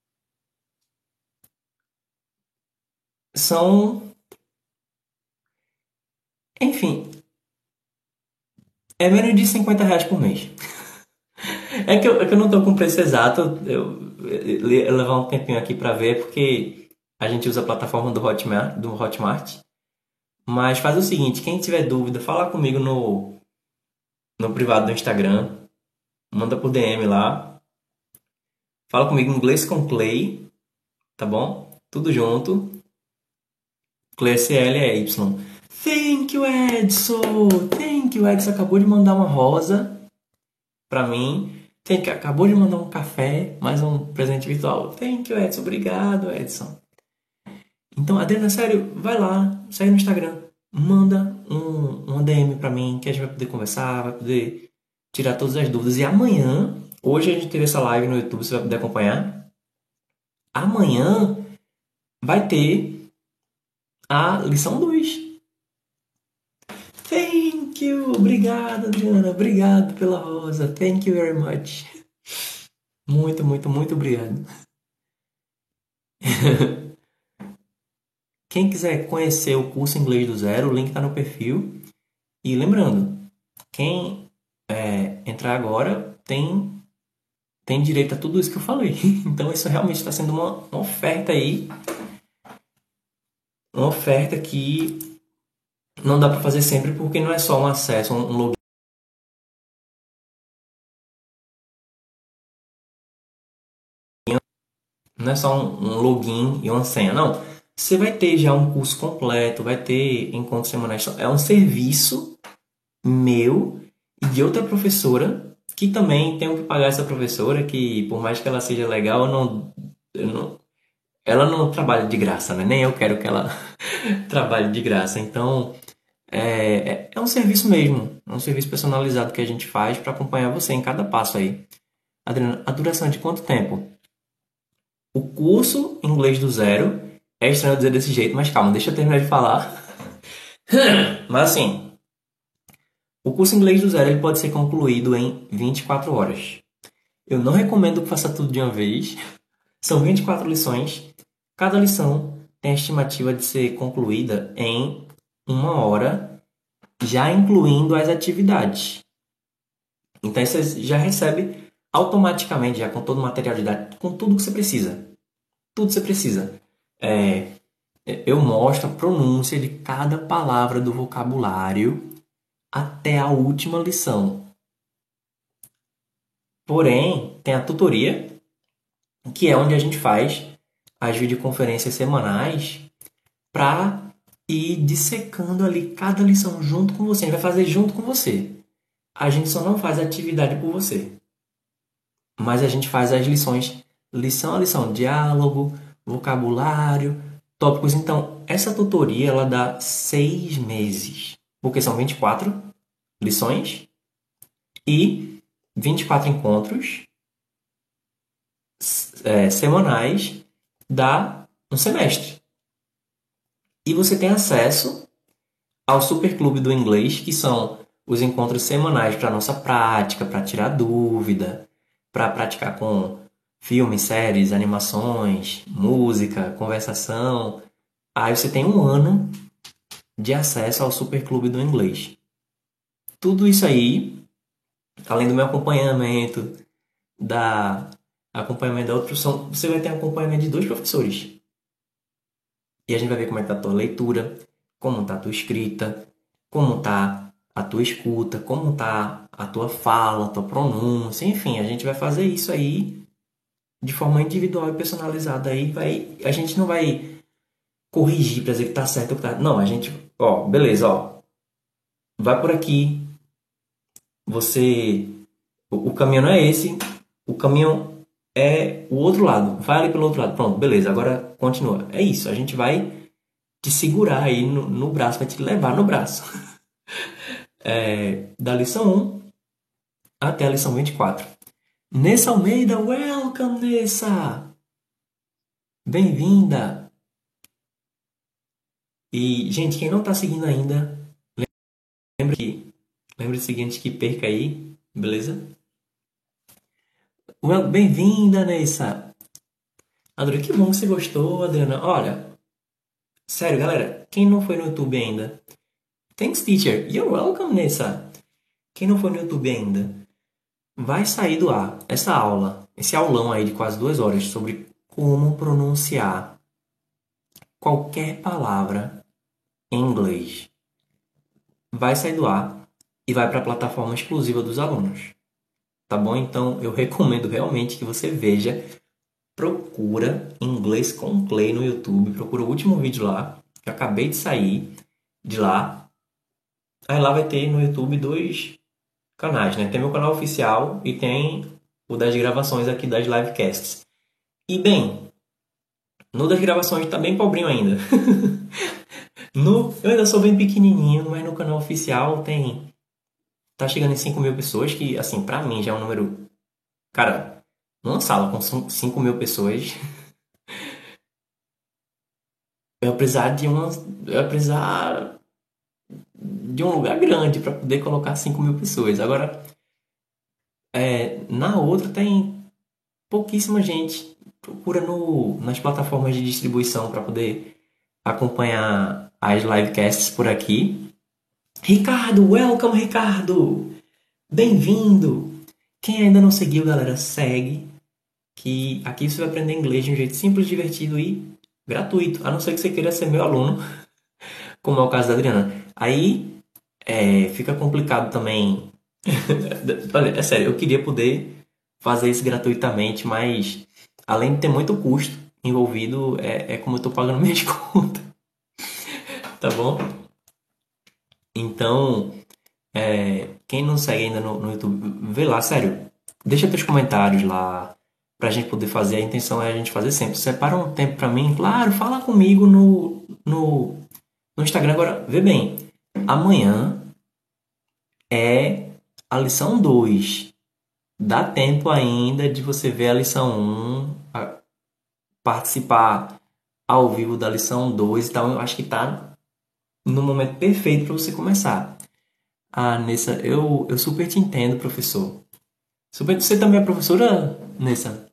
são, enfim, é menos de cinquenta reais por mês. É que eu, é que eu não estou com o preço exato, eu, eu, eu levar um tempinho aqui para ver, porque a gente usa a plataforma do Hotmart, do Hotmart. Mas faz o seguinte, quem tiver dúvida, fala comigo no, no privado do Instagram, manda por D M lá, fala comigo em inglês com Clay, tá bom? Tudo junto. Clay C L é Y. Thank you, Edson! Thank you, Edson. Acabou de mandar uma rosa pra mim. Thank you. Acabou de mandar um café, mais um presente virtual. Thank you, Edson. Obrigado, Edson. Então, Adriana, sério, vai lá, segue no Instagram, manda um, um D M pra mim, que a gente vai poder conversar, vai poder tirar todas as dúvidas. E amanhã, hoje a gente teve essa live no YouTube, você vai poder acompanhar. Amanhã vai ter a lição dois. Thank you! Obrigado, Adriana. Obrigado pela rosa. Thank you very much. Muito, muito, muito obrigado. Quem quiser conhecer o curso Inglês do Zero, o link está no perfil. E lembrando, quem é, entrar agora tem, tem direito a tudo isso que eu falei. Então isso realmente está sendo uma, uma oferta aí. Uma oferta que não dá para fazer sempre porque não é só um acesso, um login. Não é só um, um login e uma senha, não. Você vai ter já um curso completo, vai ter encontros semanais. É um serviço meu e de outra professora, que também tenho que pagar essa professora, que por mais que ela seja legal, eu não, eu não, ela não trabalha de graça, né? Nem eu quero que ela trabalhe de graça. Então, é, é, é um serviço mesmo, é um serviço personalizado que a gente faz para acompanhar você em cada passo aí. Adriana, a duração é de quanto tempo? O curso Inglês do Zero, é estranho dizer desse jeito, mas calma, deixa eu terminar de falar. Mas assim, o curso Inglês do Zero ele pode ser concluído em vinte e quatro horas. Eu não recomendo que faça tudo de uma vez. São vinte e quatro lições. Cada lição tem a estimativa de ser concluída em uma hora, já incluindo as atividades. Então você já recebe automaticamente, já com todo o material didático, com tudo que você precisa. Tudo que você precisa. É, eu mostro a pronúncia de cada palavra do vocabulário até a última lição. Porém, tem a tutoria, que é onde a gente faz as videoconferências semanais para ir dissecando ali cada lição junto com você. A gente vai fazer junto com você. A gente só não faz a atividade por você. Mas a gente faz as lições, lição a lição, diálogo, vocabulário, tópicos. Então, essa tutoria ela dá seis meses. Porque são vinte e quatro lições e vinte e quatro encontros é, semanais dá um semestre. E você tem acesso ao Superclube do Inglês, que são os encontros semanais para nossa prática, para tirar dúvida, para praticar com filmes, séries, animações, música, conversação. Aí você tem um ano de acesso ao Superclube do Inglês. Tudo isso aí, além do meu acompanhamento, da acompanhamento da outra profissão, você vai ter acompanhamento de dois professores. E a gente vai ver como é que tá a tua leitura, como tá a tua escrita, como tá a tua escuta, como tá a tua fala, a tua pronúncia, enfim, a gente vai fazer isso aí de forma individual e personalizada aí, vai, a gente não vai corrigir para dizer que tá certo ou que tá, não, a gente, ó, beleza, ó. Vai por aqui. Você o, o caminho não é esse, o caminho é o outro lado. Vai ali pelo outro lado. Pronto, beleza, agora continua. É isso, a gente vai te segurar aí no, no braço, vai te levar no braço. É, da lição um até a lição vinte e quatro. Nessa Almeida, welcome, Nessa! Bem-vinda! E, gente, quem não está seguindo ainda, lembra que, lembra o seguinte, que perca aí, beleza? Well, bem-vinda, Nessa! Adorei, que bom que você gostou, Adriana. Olha, sério, galera, quem não foi no YouTube ainda, thanks, teacher. You're welcome, Nessa. Quem não foi no YouTube ainda, vai sair do ar essa aula, esse aulão aí de quase duas horas sobre como pronunciar qualquer palavra em inglês. Vai sair do ar e vai para a plataforma exclusiva dos alunos. Tá bom? Então, eu recomendo realmente que você veja. Procura Inglês com Clay no YouTube. Procura o último vídeo lá, que eu acabei de sair de lá. Aí lá vai ter no YouTube dois canais, né? Tem meu canal oficial e tem o das gravações aqui das livecasts. E bem, no das gravações tá bem pobrinho ainda. no, eu ainda sou bem pequenininho, mas no canal oficial tem... Tá chegando em cinco mil pessoas, que assim, pra mim já é um número... Cara, numa sala com cinco mil pessoas... Eu ia precisar de uma... Eu ia precisar de um lugar grande para poder colocar cinco mil pessoas. Agora, é, na outra tem pouquíssima gente. Procura no, nas plataformas de distribuição para poder acompanhar as livecasts por aqui. Ricardo, welcome, Ricardo! Bem-vindo! Quem ainda não seguiu, galera, segue. Que aqui você vai aprender inglês de um jeito simples, divertido e gratuito. A não ser que você queira ser meu aluno, como é o caso da Adriana. Aí é, fica complicado também. Olha, é sério, eu queria poder fazer isso gratuitamente, mas além de ter muito custo envolvido, é, é como eu estou pagando minhas contas. Tá bom? Então, é, quem não segue ainda no, no YouTube, vê lá, sério. Deixa teus comentários lá pra gente poder fazer. A intenção é a gente fazer sempre. Separa um tempo pra mim, claro, fala comigo no, no, no Instagram. Agora, vê bem, amanhã é a lição dois. Dá tempo ainda de você ver a lição um, a participar ao vivo da lição dois. Então, eu acho que tá no momento perfeito para você começar. Ah, Nessa, eu, eu super te entendo, professor. Você também é professora, Nessa?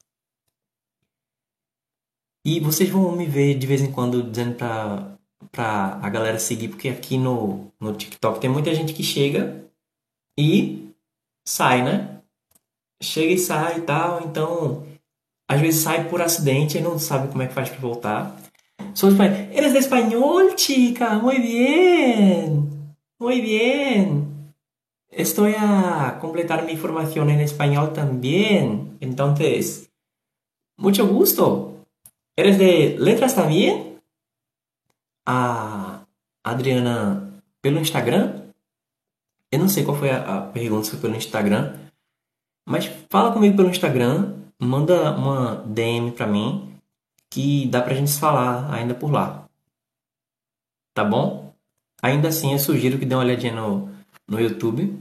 E vocês vão me ver de vez em quando dizendo pra, pra a galera seguir, porque aqui no, no TikTok tem muita gente que chega e sai, né? Chega e sai e tal, então às vezes sai por acidente e não sabe como é que faz pra voltar. Sou espanhol. Eres de español, chica. Muy bien. Muy bien. Estoy a completar mi formación en español también. Entonces, mucho gusto. ¿Eres de letras también? A Adriana, pelo Instagram? Eu não sei qual foi a, a pergunta, se foi pelo Instagram. Mas fala comigo pelo Instagram. Manda uma D M pra mim. Que dá pra gente se falar ainda por lá. Tá bom? Ainda assim, eu sugiro que dê uma olhadinha no, no YouTube.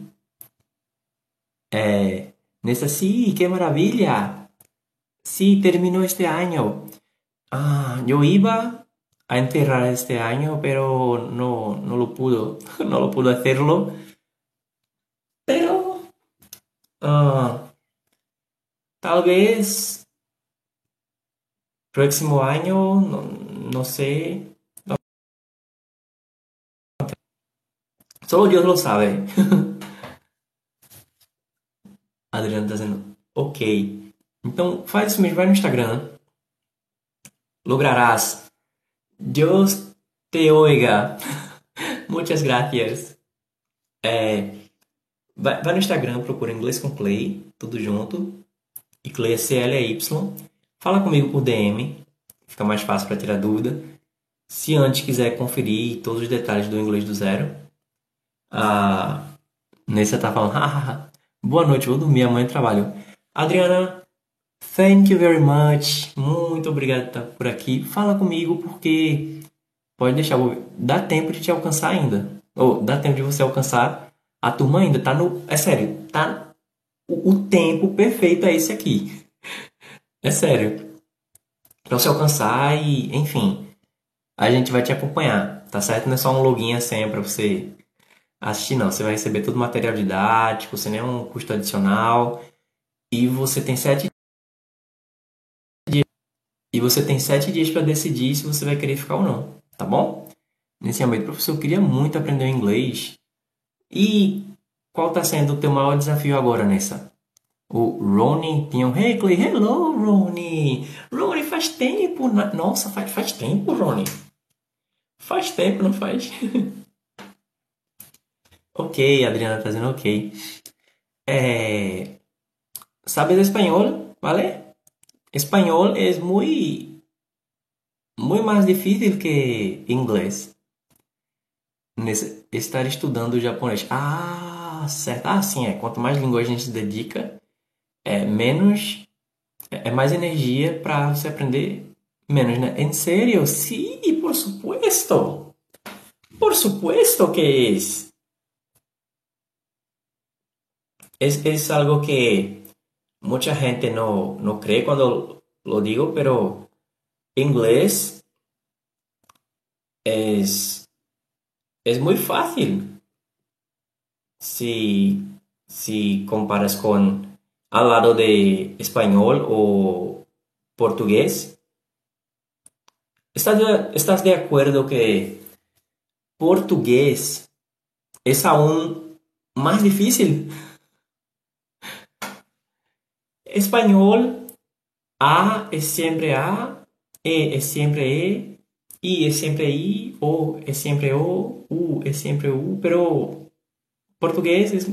É, nessa, sí, qué maravilla. Sí, terminó este año. Ah, yo iba a enterrar este año, pero no, no lo pudo, no lo pudo hacerlo. Pero ah, tal vez próximo año, no, no sé. Solo Dios lo sabe. Adriano tá dizendo, ok. Então faz isso mesmo, vai no Instagram. Lograrás. Dios te oiga. Muchas gracias. É, vai, vai no Instagram, procura Inglês com Clay, tudo junto. E Clay é C L E Y. Fala comigo por D M, fica mais fácil para tirar dúvida. Se antes quiser conferir todos os detalhes do inglês do zero, a Nessa tá falando, hahaha, boa noite, vou dormir, amanhã eu trabalho. Adriana, thank you very much. Muito obrigado por estar por aqui. Fala comigo porque pode deixar, dá tempo de te alcançar ainda. Ou dá tempo de você alcançar a turma ainda. Tá no. É sério, tá. O, o tempo perfeito é esse aqui. É sério. Pra você alcançar e, enfim, a gente vai te acompanhar, tá certo? Não é só um login e senha pra você assistir, não. Você vai receber todo o material didático, sem nenhum custo adicional. E você tem sete dias. E você tem sete dias para decidir se você vai querer ficar ou não, tá bom? Nesse momento, professor, eu queria muito aprender inglês. E qual está sendo o teu maior desafio agora, Nessa? O Ronnie tinha um Hey, Clay, hello, Ronnie. Ronnie, faz tempo. na- Nossa, faz, faz tempo, Ronnie. Faz tempo, não faz? Ok, Adriana está dizendo ok. É... ¿Sabes español? ¿Vale? Español es muy, muy más difícil que inglés. Nesse, estar estudando japonês. Ah, certo. Ah, sim, é. Quanto mais língua a gente se dedica, é menos, é é mais energia para você aprender menos, né? En serio? Sí, por supuesto. Por supuesto que es. Es, es algo que mucha gente no, no cree cuando lo digo, pero inglés es, es muy fácil si, si comparas con al lado de español o portugués. ¿Estás de, estás de acuerdo que portugués es aún más difícil? Español, A es siempre A, E es siempre E, I es siempre I, O es siempre O, U es siempre U, pero portugués es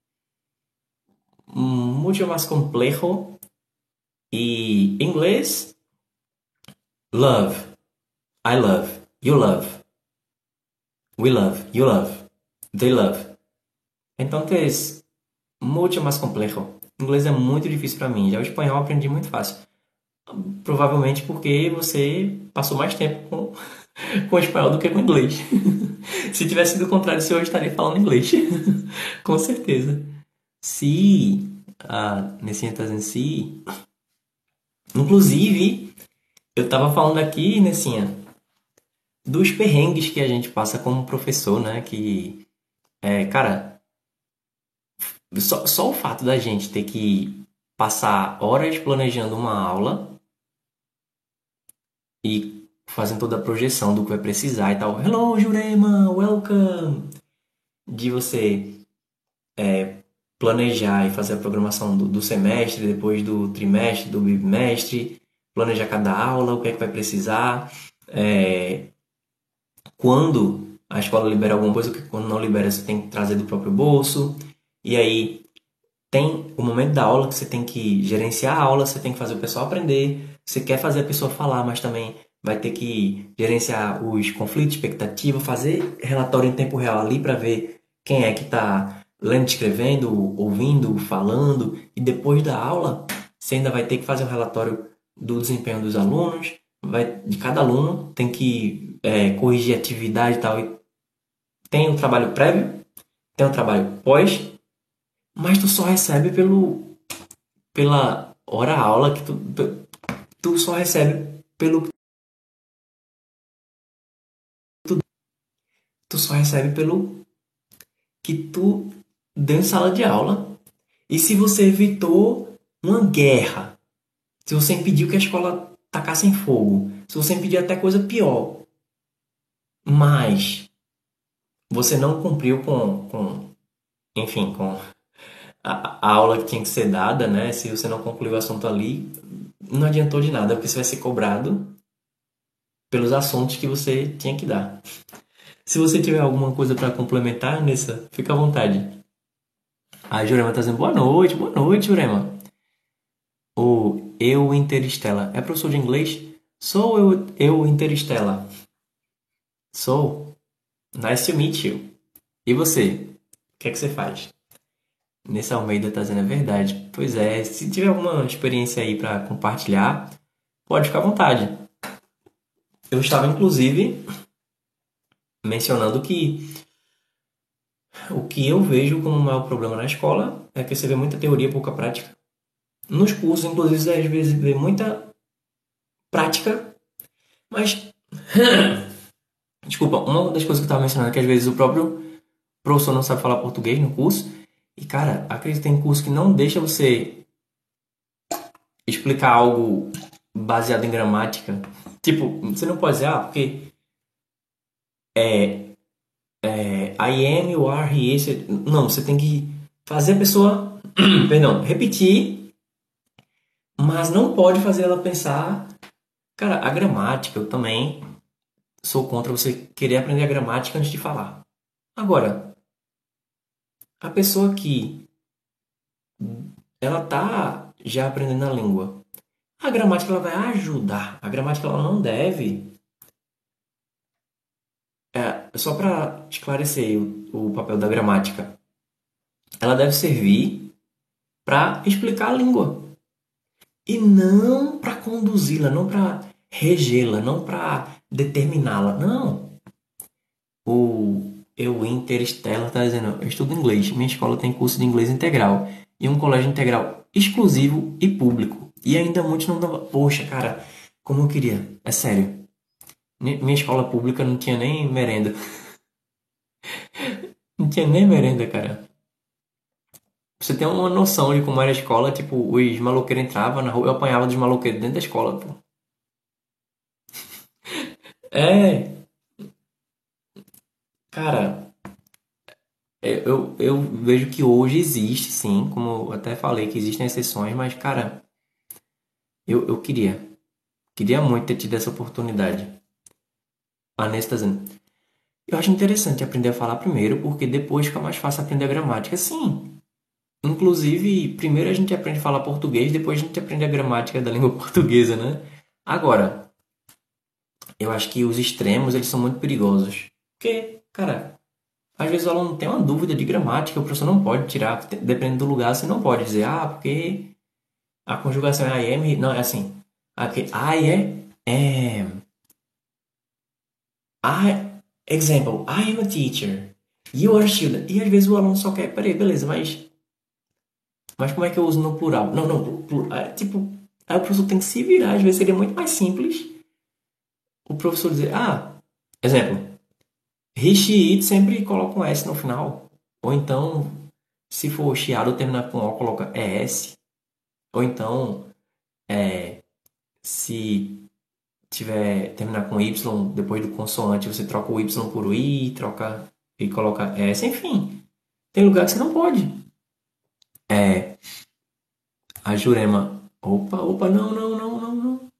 mucho más complejo y inglés, love, I love, you love, we love, you love, they love. Entonces, mucho más complejo. Inglês é muito difícil para mim. Já o espanhol eu aprendi muito fácil. Provavelmente porque você passou mais tempo com, com o espanhol do que com o inglês. Se tivesse sido o contrário, eu estaria falando inglês. Com certeza. Se a Nessinha tá dizendo se. Inclusive, eu tava falando aqui, Nessinha, dos perrengues que a gente passa como professor, né? Que, é, cara, Só, só o fato da gente ter que passar horas planejando uma aula e fazendo toda a projeção do que vai precisar e tal. Hello, Jurema, welcome! De você planejar e fazer a programação do, do semestre, depois do trimestre, do bimestre, planejar cada aula, o que é que vai precisar, é, quando a escola libera alguma coisa, que quando não libera você tem que trazer do próprio bolso, e aí tem o momento da aula que você tem que gerenciar a aula, você tem que fazer o pessoal aprender, você quer fazer a pessoa falar, mas também vai ter que gerenciar os conflitos, expectativa, fazer relatório em tempo real ali para ver quem é que está lendo, escrevendo, ouvindo, falando, e depois da aula você ainda vai ter que fazer um relatório do desempenho dos alunos, vai, de cada aluno, tem que é, corrigir atividade e tal. E tem o trabalho prévio, tem o trabalho pós, mas tu só recebe pelo, pela hora aula que tu, tu só recebe pelo tu só recebe pelo que tu deu em sala de aula. E se você evitou uma guerra, se você impediu que a escola tacasse em fogo, se você impediu até coisa pior, mas você não cumpriu com, com enfim, com a, a aula que tinha que ser dada, né? Se você não concluiu o assunto ali, não adiantou de nada, porque você vai ser cobrado pelos assuntos que você tinha que dar. Se você tiver alguma coisa para complementar, Nessa, fica à vontade. A Jurema tá dizendo boa noite, boa noite, Jurema. O Eu Interestela. É professor de inglês? Sou eu, eu Interestela. Sou. Nice to meet you. E você? O que é que você faz? Nessa Almeida tá dizendo a verdade. Pois é, se tiver alguma experiência aí para compartilhar, pode ficar à vontade. Eu estava, inclusive, mencionando que o que eu vejo como o maior problema na escola é que você vê muita teoria e pouca prática. Nos cursos, inclusive, você às vezes vê muita prática, mas... Desculpa, uma das coisas que eu estava mencionando é que às vezes o próprio professor não sabe falar português no curso. E, cara, acredita em curso que não deixa você explicar algo baseado em gramática. Tipo, você não pode dizer, ah, porque é, é I am, you are, he is. Não, você tem que fazer a pessoa, perdão, repetir, mas não pode fazer ela pensar. Cara, a gramática, eu também sou contra você querer aprender a gramática antes de falar. Agora, a pessoa que ela tá já aprendendo a língua, a gramática ela vai ajudar. A gramática ela não deve. É, só para esclarecer o, o papel da gramática, ela deve servir para explicar a língua e não para conduzi-la, não para regê-la, não para determiná-la. Não. O Eu Interstellar está dizendo, eu estudo inglês, minha escola tem curso de inglês integral e um colégio integral exclusivo e público. E ainda muitos não dão... Poxa, cara, como eu queria. É sério. Minha escola pública não tinha nem merenda. Não tinha nem merenda, cara. Pra você tem uma noção de como era a escola, tipo, os maloqueiros entravam na rua, eu apanhava dos maloqueiros dentro da escola, pô. É, cara, é, eu, eu vejo que hoje existe, sim, como eu até falei que existem exceções, mas, cara, eu, eu queria, queria muito ter tido essa oportunidade. A Anessa tá dizendo, eu acho interessante aprender a falar primeiro, porque depois fica mais fácil aprender a gramática. Sim, inclusive, primeiro a gente aprende a falar português, depois a gente aprende a gramática da língua portuguesa, né? Agora, eu acho que os extremos, eles são muito perigosos. Porque, cara, às vezes o aluno tem uma dúvida de gramática, o professor não pode tirar, dependendo do lugar, você não pode dizer, ah, porque a conjugação é I am, não, é assim. Aqui, I é am. I, example, I am a teacher. You are a student. E às vezes o aluno só quer, peraí, beleza, mas Mas como é que eu uso no plural? Não, não, plural, é, tipo, aí o professor tem que se virar. Às vezes seria muito mais simples o professor dizer, ah, exemplo, he, she, it sempre coloca um S no final. Ou então, Se for chiado, terminar com O, coloca E S. Ou então, é, se tiver terminar com Y, depois do consoante, você troca o Y por o I, troca e coloca S. Enfim, tem lugar que você não pode. É, a Jurema. Opa, opa, não, não, não, não, não.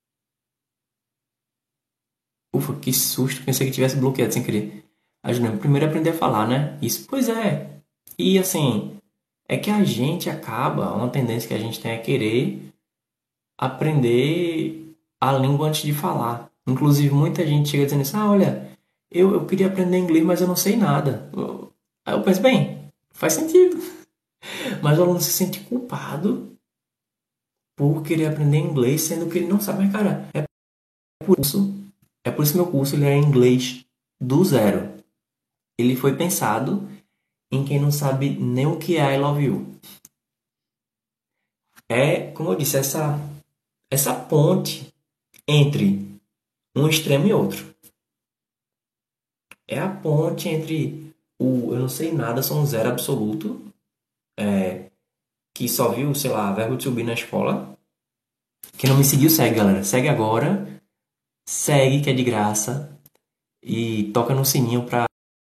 Ufa, que susto. Pensei que tivesse bloqueado sem querer. A Jurema, primeiro é aprender a falar, né? Isso, pois é. E assim, é que a gente acaba, uma tendência que a gente tem é querer aprender a língua antes de falar. Inclusive, muita gente chega dizendo assim, ah, olha, eu, eu queria aprender inglês, mas eu não sei nada. Eu- Aí eu penso, bem, faz sentido. Mas o aluno se sente culpado por querer aprender inglês, sendo que ele não sabe. Mas, cara, é por isso, é por isso que meu curso ele é inglês do zero. Ele foi pensado em quem não sabe nem o que é I love you. É, como eu disse, essa, essa ponte entre um extremo e outro. É a ponte entre o eu não sei nada, sou um zero absoluto, que só viu, sei lá, verbo to be na escola. Quem não me seguiu, segue, galera. Segue agora. Segue, que é de graça. E toca no sininho pra,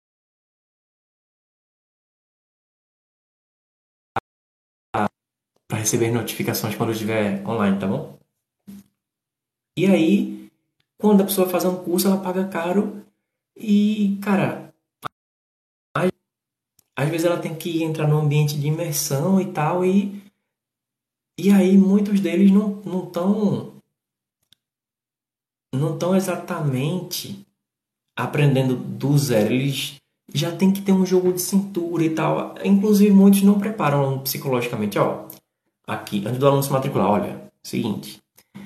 pra receber notificações quando eu estiver online, tá bom? E aí, quando a pessoa faz um curso, ela paga caro. E, cara, às vezes ela tem que entrar num ambiente de imersão e tal. E, e aí, muitos deles não estão não tão, não tão exatamente aprendendo do zero. Eles já tem que ter um jogo de cintura e tal. Inclusive, muitos não preparam psicologicamente. Ó, aqui, antes do aluno se matricular, olha, seguinte.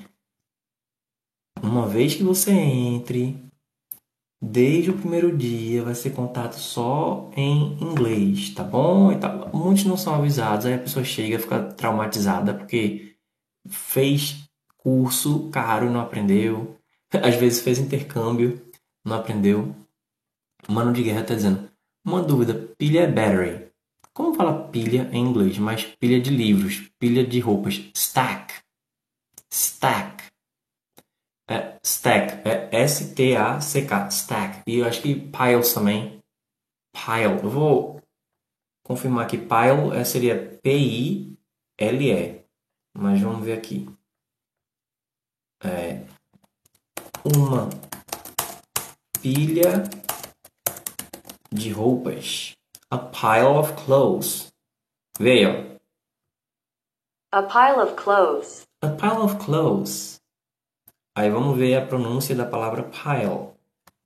Uma vez que você entre, desde o primeiro dia vai ser contato só em inglês, tá bom? E tal. Muitos não são avisados, aí a pessoa chega e fica traumatizada porque fez curso caro e não aprendeu. Às vezes fez intercâmbio, não aprendeu. Mano de Guerra tá dizendo: uma dúvida, pilha é battery. Como fala pilha em inglês? Mas pilha de livros, pilha de roupas. Stack. Stack. É, stack. É S T A C K. Stack. E eu acho que piles também. Pile. Eu vou confirmar que pile é, seria P I L E. Mas vamos ver aqui. É, uma pilha de roupas. A pile of clothes. Veio. A pile of clothes. A pile of clothes. Aí vamos ver a pronúncia da palavra pile.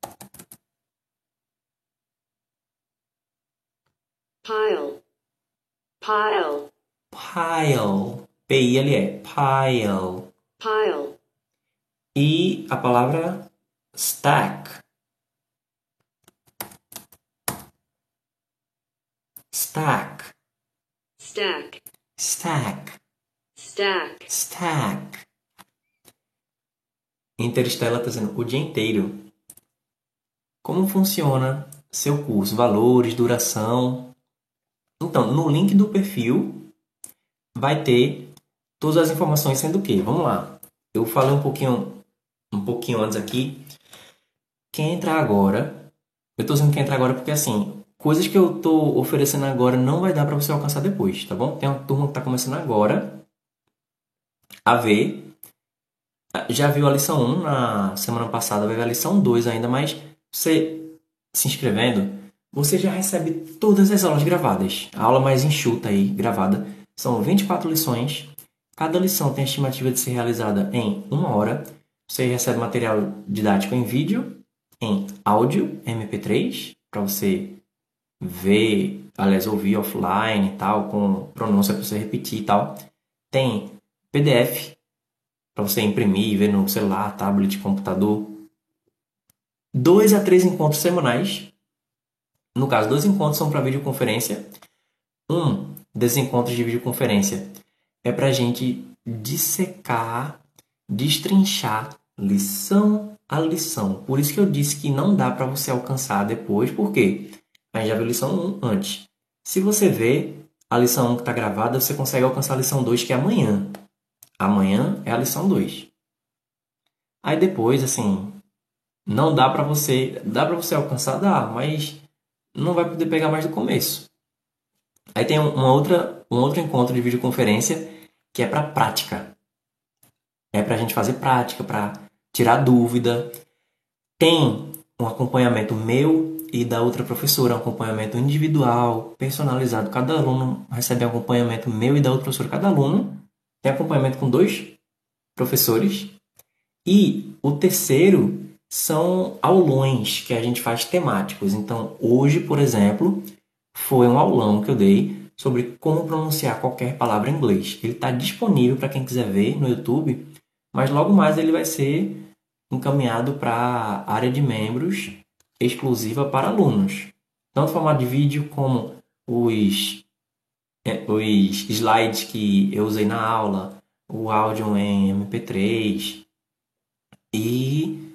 Pile. Pile. Pile. P I L E. Pile. Pile. E a palavra stack. Stack. Stack. Stack. Stack. Stack. Interestela está dizendo o dia inteiro. Como funciona seu curso? Valores, duração. Então, no link do perfil vai ter todas as informações, sendo que, vamos lá. Eu falei um pouquinho, um pouquinho antes aqui. Quem entrar agora, eu estou dizendo que entrar agora porque assim, coisas que eu estou oferecendo agora não vai dar para você alcançar depois, tá bom? Tem uma turma que está começando agora a ver. Já viu a lição um na semana passada, vai ver a lição dois ainda, mas você se inscrevendo, você já recebe todas as aulas gravadas. A aula mais enxuta aí, gravada. São vinte e quatro lições. Cada lição tem a estimativa de ser realizada em uma hora. Você recebe material didático em vídeo, em áudio, M P três, para você ver, aliás, ouvir offline e tal, com pronúncia para você repetir e tal. Tem P D F, para você imprimir e ver no celular, tablet, computador. Dois a três encontros semanais. No caso, dois encontros são para videoconferência. Um desses encontros de videoconferência é para a gente dissecar, destrinchar lição a lição. Por isso que eu disse que não dá para você alcançar depois, porque a gente já viu lição um antes. Se você vê a lição um que está gravada, você consegue alcançar a lição dois, que é amanhã. Amanhã é a lição dois. Aí depois, assim, não dá para você... Dá para você alcançar? Dá, mas não vai poder pegar mais do começo. Aí tem uma outra, um outro encontro de videoconferência que é para prática. É para a gente fazer prática, para tirar dúvida. Tem um acompanhamento meu e da outra professora, um acompanhamento individual, personalizado. Cada aluno recebe acompanhamento meu e da outra professora. Cada aluno tem acompanhamento com dois professores. E o terceiro são aulões que a gente faz temáticos. Então, hoje, por exemplo, foi um aulão que eu dei sobre como pronunciar qualquer palavra em inglês. Ele está disponível para quem quiser ver no YouTube, mas logo mais ele vai ser encaminhado para a área de membros exclusiva para alunos. Tanto formato de vídeo como os, é, os slides que eu usei na aula, o áudio em M P três e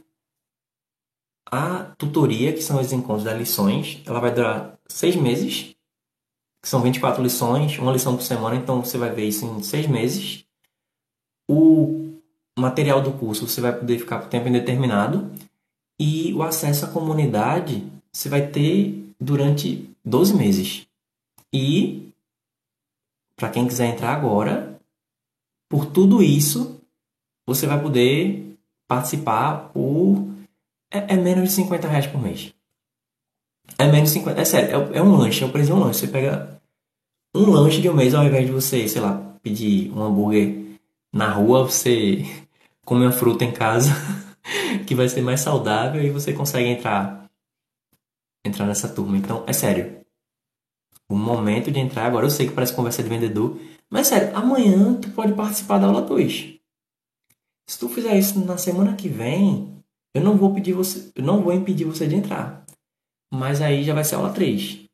a tutoria, que são os encontros das lições. Ela vai durar seis meses, que são vinte e quatro lições, uma lição por semana, então você vai ver isso em seis meses. O material do curso você vai poder ficar por tempo indeterminado. E o acesso à comunidade você vai ter durante doze meses. E, para quem quiser entrar agora, por tudo isso, você vai poder participar por... É, é menos de cinquenta reais por mês. É menos de cinquenta... É sério, é, é um lanche, é o preço de um lanche. Você pega um lanche de um mês, ao invés de você, sei lá, pedir um hambúrguer na rua, você come uma fruta em casa, que vai ser mais saudável e você consegue entrar entrar nessa turma. Então, é sério. O momento de entrar agora, eu sei que parece conversa de vendedor, mas é sério, amanhã tu pode participar da aula dois. Se tu fizer isso na semana que vem, eu não vou pedir você, eu não vou impedir você de entrar. Mas aí já vai ser aula três.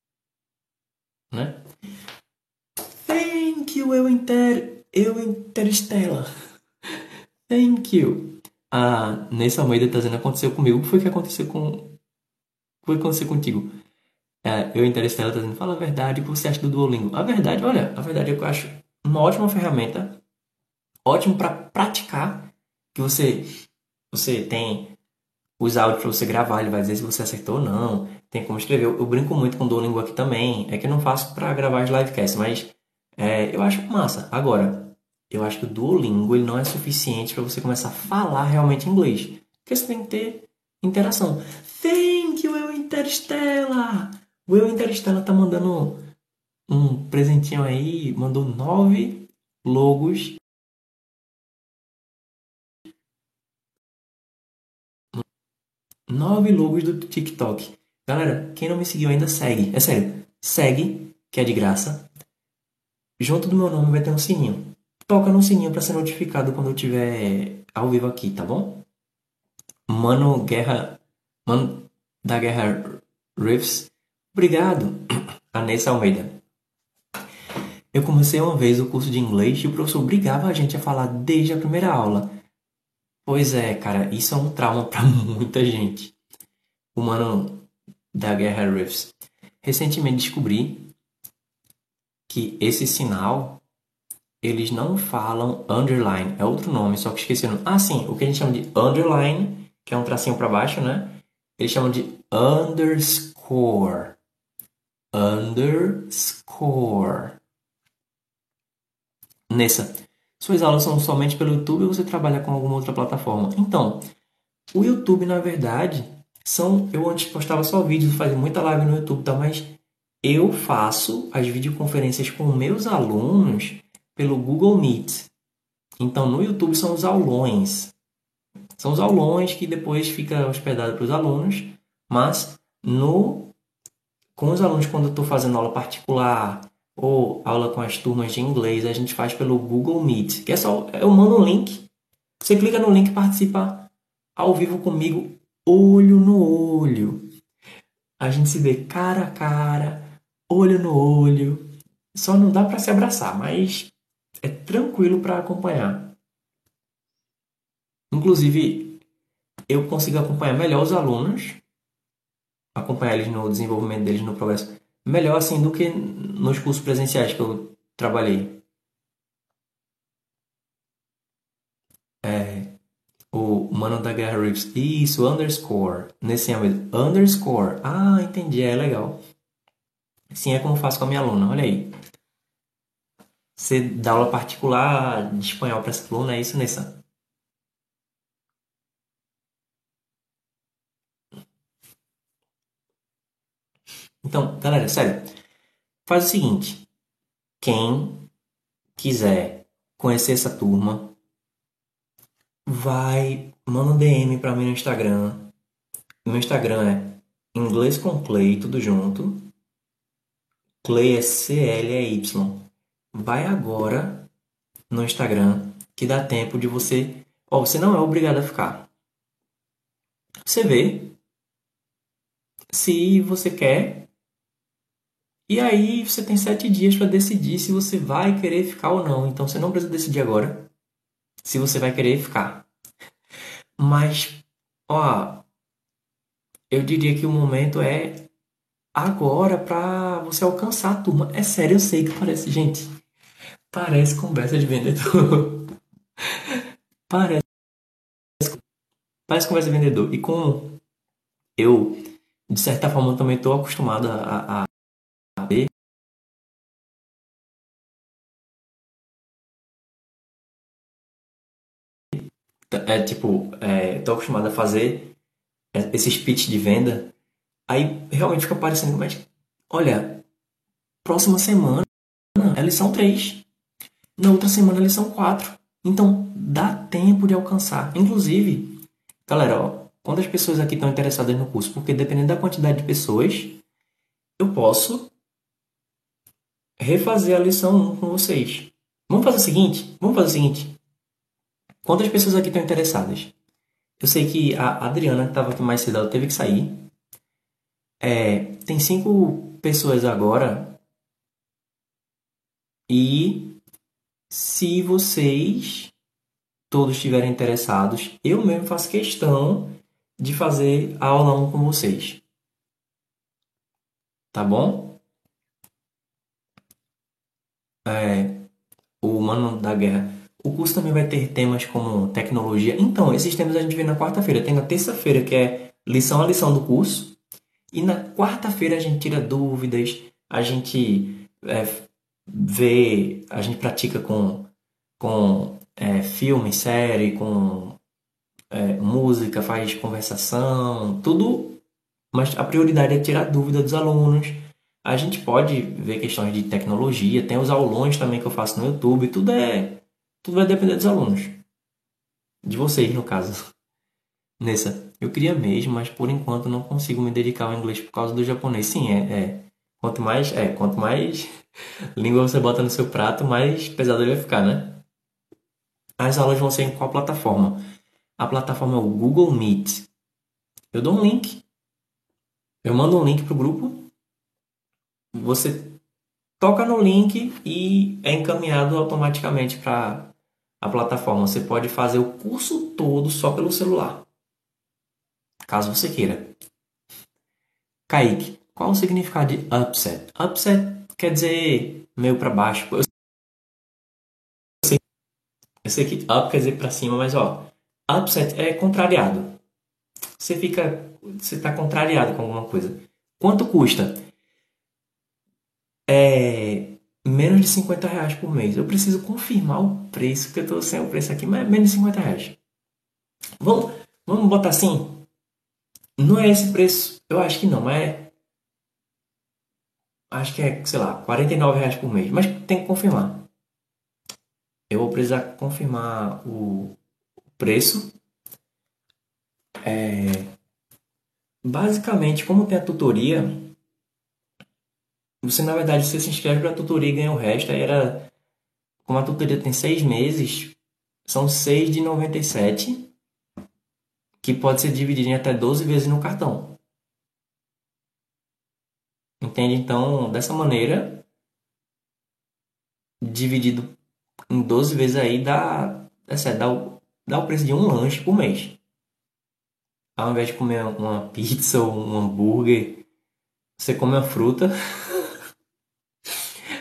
Né? Thank you, eu inter eu Interestela. Thank you. Ah, Nessa Almeida tá dizendo, aconteceu comigo. O que foi que aconteceu com... O que foi que aconteceu contigo? É, eu Interestela tá dizendo, fala a verdade, o que você acha do Duolingo? A verdade, olha, a verdade é que eu acho uma ótima ferramenta, ótimo para praticar, que você, você tem os áudios para você gravar, ele vai dizer se você acertou ou não, tem como escrever. Eu, eu brinco muito com o Duolingo aqui também, é que eu não faço para gravar as livecasts, mas é, eu acho massa. Agora, eu acho que o Duolingo ele não é suficiente para você começar a falar realmente inglês, porque você tem que ter interação. Thank you, eu Interstellar! O eu Interstellar tá mandando um presentinho aí, mandou nove logos. Nove logos do TikTok. Galera, quem não me seguiu ainda, segue. É sério, segue, que é de graça. Junto do meu nome vai ter um sininho. Toca no sininho para ser notificado quando eu estiver ao vivo aqui, tá bom? Mano Guerra... Mano da Guerra Riffs. Obrigado, Anessa Almeida. Eu comecei uma vez o curso de inglês e o professor obrigava a gente a falar desde a primeira aula. Pois é, cara, isso é um trauma para muita gente. O mano da Guerra Riffs. Recentemente descobri que esse sinal, eles não falam underline, é outro nome, só que esqueci o nome. Ah, sim, o que a gente chama de underline, que é um tracinho para baixo, né? Eles chamam de underscore. Underscore. Nessa, suas aulas são somente pelo YouTube ou você trabalha com alguma outra plataforma? Então, o YouTube, na verdade, são... Eu antes postava só vídeos, fazia muita live no YouTube, tá? Mas eu faço as videoconferências com meus alunos pelo Google Meet. Então, no YouTube são os aulões. São os aulões que depois fica hospedado para os alunos. Mas no... com os alunos, quando eu estou fazendo aula particular ou aula com as turmas de inglês, a gente faz pelo Google Meet. Que é só... Eu mando um link. Você clica no link e participa ao vivo comigo, olho no olho. A gente se vê cara a cara, olho no olho. Só não dá para se abraçar, mas é tranquilo para acompanhar. Inclusive, eu consigo acompanhar melhor os alunos, acompanhar eles no desenvolvimento deles, no progresso, Melhor assim do que nos cursos presenciais que eu trabalhei. É, o Mano da Guerra Reeves. Isso, underscore. Nesse âmbito. Underscore. Ah, entendi. É legal. Assim é como eu faço com a minha aluna. Olha aí. Você dá aula particular de espanhol para essa aluna, é isso, Nessa? Então, galera, sério. Faz o seguinte. Quem quiser conhecer essa turma, vai, manda um D M pra mim no Instagram. Meu Instagram é inglês com Clay, tudo junto. Clay é C L E Y. Vai agora no Instagram que dá tempo de você. Ó, você não é obrigado a ficar. Você vê se você quer. E aí você tem sete dias para decidir se você vai querer ficar ou não. Então você não precisa decidir agora se você vai querer ficar. Mas, ó, eu diria que o momento é agora para você alcançar a turma. É sério, eu sei que parece, gente, parece conversa de vendedor. Parece, parece conversa de vendedor. E como eu, de certa forma, também estou acostumado a, a, a ver, é tipo, é, tô acostumado a fazer esses pitch de venda, aí realmente fica parecendo, mas olha, próxima semana é lição três, na outra semana é lição quatro. Então dá tempo de alcançar. Inclusive, galera, ó, quando as pessoas aqui estão interessadas no curso, porque dependendo da quantidade de pessoas, eu posso refazer a lição um com vocês. Vamos fazer o seguinte? Vamos fazer o seguinte. Quantas pessoas aqui estão interessadas? Eu sei que a Adriana, que estava aqui mais cedo, ela teve que sair. É, tem cinco pessoas agora. E se vocês todos estiverem interessados, eu mesmo faço questão de fazer a aula um com vocês. Tá bom? É, o Mano da Guerra. O curso também vai ter temas como tecnologia. Então, esses temas a gente vê na quarta-feira. Tem na terça-feira, que é lição a lição do curso. E na quarta-feira a gente tira dúvidas, a gente é, vê, a gente pratica com, com é, filme, série, com é, música, faz conversação, tudo. Mas a prioridade é tirar dúvida dos alunos. A gente pode ver questões de tecnologia, tem os aulões também que eu faço no YouTube, tudo é, tudo vai depender dos alunos, de vocês no caso. Nessa, eu queria mesmo, mas por enquanto não consigo me dedicar ao inglês por causa do japonês. Sim, é, é. Quanto mais, é, quanto mais língua você bota no seu prato, mais pesado ele vai ficar, né? As aulas vão ser em qual plataforma? A plataforma é o Google Meet. Eu dou um link, eu mando um link pro grupo, você toca no link e é encaminhado automaticamente para a plataforma. Você pode fazer o curso todo só pelo celular, caso você queira. Kaique, qual o significado de upset? Upset quer dizer meio para baixo. Eu sei, eu sei que up quer dizer para cima, mas ó, upset é contrariado. Você fica, você está contrariado com alguma coisa. Quanto custa? É menos de cinquenta reais por mês. Eu preciso confirmar o preço, porque eu estou sem o preço aqui, mas é menos de cinquenta reais. Vamos, vamos botar assim? Não é esse preço. Eu acho que não, mas é, acho que é, sei lá, quarenta e nove reais por mês. Mas tem que confirmar. Eu vou precisar confirmar o preço. É, basicamente, como tem a tutoria, você na verdade você se inscreve para a tutoria e ganha o resto. Aí era, como a tutoria tem seis meses, são seis de noventa e sete, que pode ser dividido em até doze vezes no cartão. Entende? Então, dessa maneira, dividido em doze vezes aí dá, é sério, dá, o, dá o preço de um lanche por mês. Ao invés de comer uma pizza ou um hambúrguer, você come uma fruta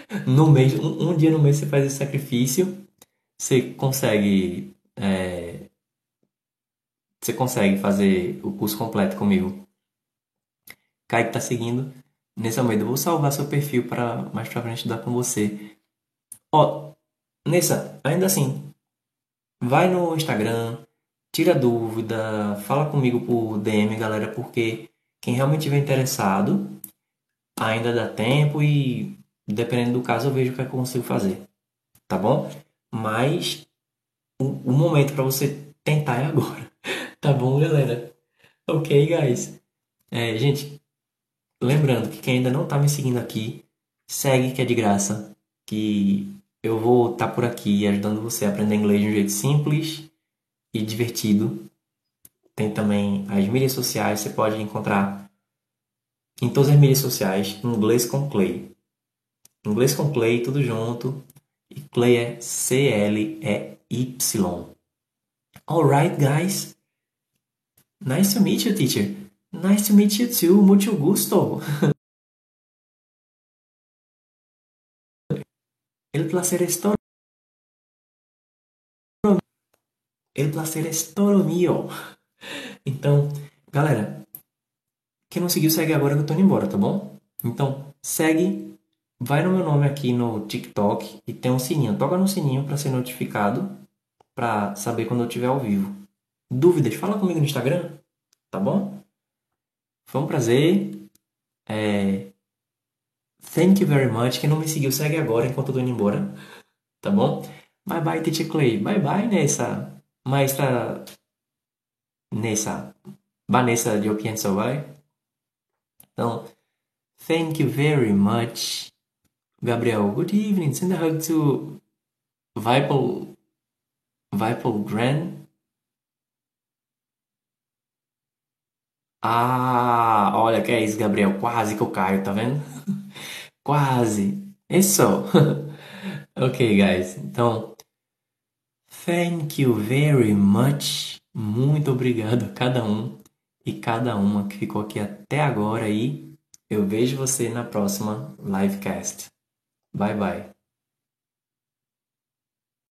No mês, um, um dia no mês você faz esse sacrifício, você consegue, é, você consegue fazer o curso completo comigo. Kaique tá seguindo. Nesse momento, eu vou salvar seu perfil para mais pra frente estudar com você. Ó, Nessa, ainda assim, vai no Instagram, tira dúvida, fala comigo por D M, galera, porque quem realmente estiver interessado, ainda dá tempo e, dependendo do caso, eu vejo o que é que eu consigo fazer, tá bom? Mas o, o momento para você tentar é agora, tá bom, galera? Ok, guys. É, gente, lembrando que quem ainda não tá me seguindo aqui, segue que é de graça, que eu vou estar por aqui ajudando você a aprender inglês de um jeito simples e divertido. Tem também as mídias sociais, você pode encontrar em todas as mídias sociais, Inglês com Clay. Inglês com Clay, tudo junto. E Clay é C L E Y. Alright, guys. Nice to meet you, teacher. Nice to meet you too. Mucho gusto. El placer es todo. El placer es todo mío. Então, galera, quem não seguiu, segue agora que eu tô indo embora, tá bom? Então, segue, vai no meu nome aqui no TikTok e tem um sininho. Toca no sininho para ser notificado, para saber quando eu estiver ao vivo. Dúvidas, fala comigo no Instagram, tá bom? Foi um prazer. É... Thank you very much. Quem não me seguiu, segue agora enquanto eu tô indo embora, tá bom? Bye bye, Teacher Clay. Bye bye, Nessa. Maestra Nessa. Vanessa, eu penso, vai? Então, thank you very much. Gabriel, good evening. Send a hug to Vipal, Vipal Grand. Ah, olha que é isso, Gabriel. Quase que eu caio, tá vendo? Quase. Isso. Ok, guys. Então, thank you very much. Muito obrigado a cada um e cada uma que ficou aqui até agora aí. Eu vejo você na próxima livecast. Bye bye.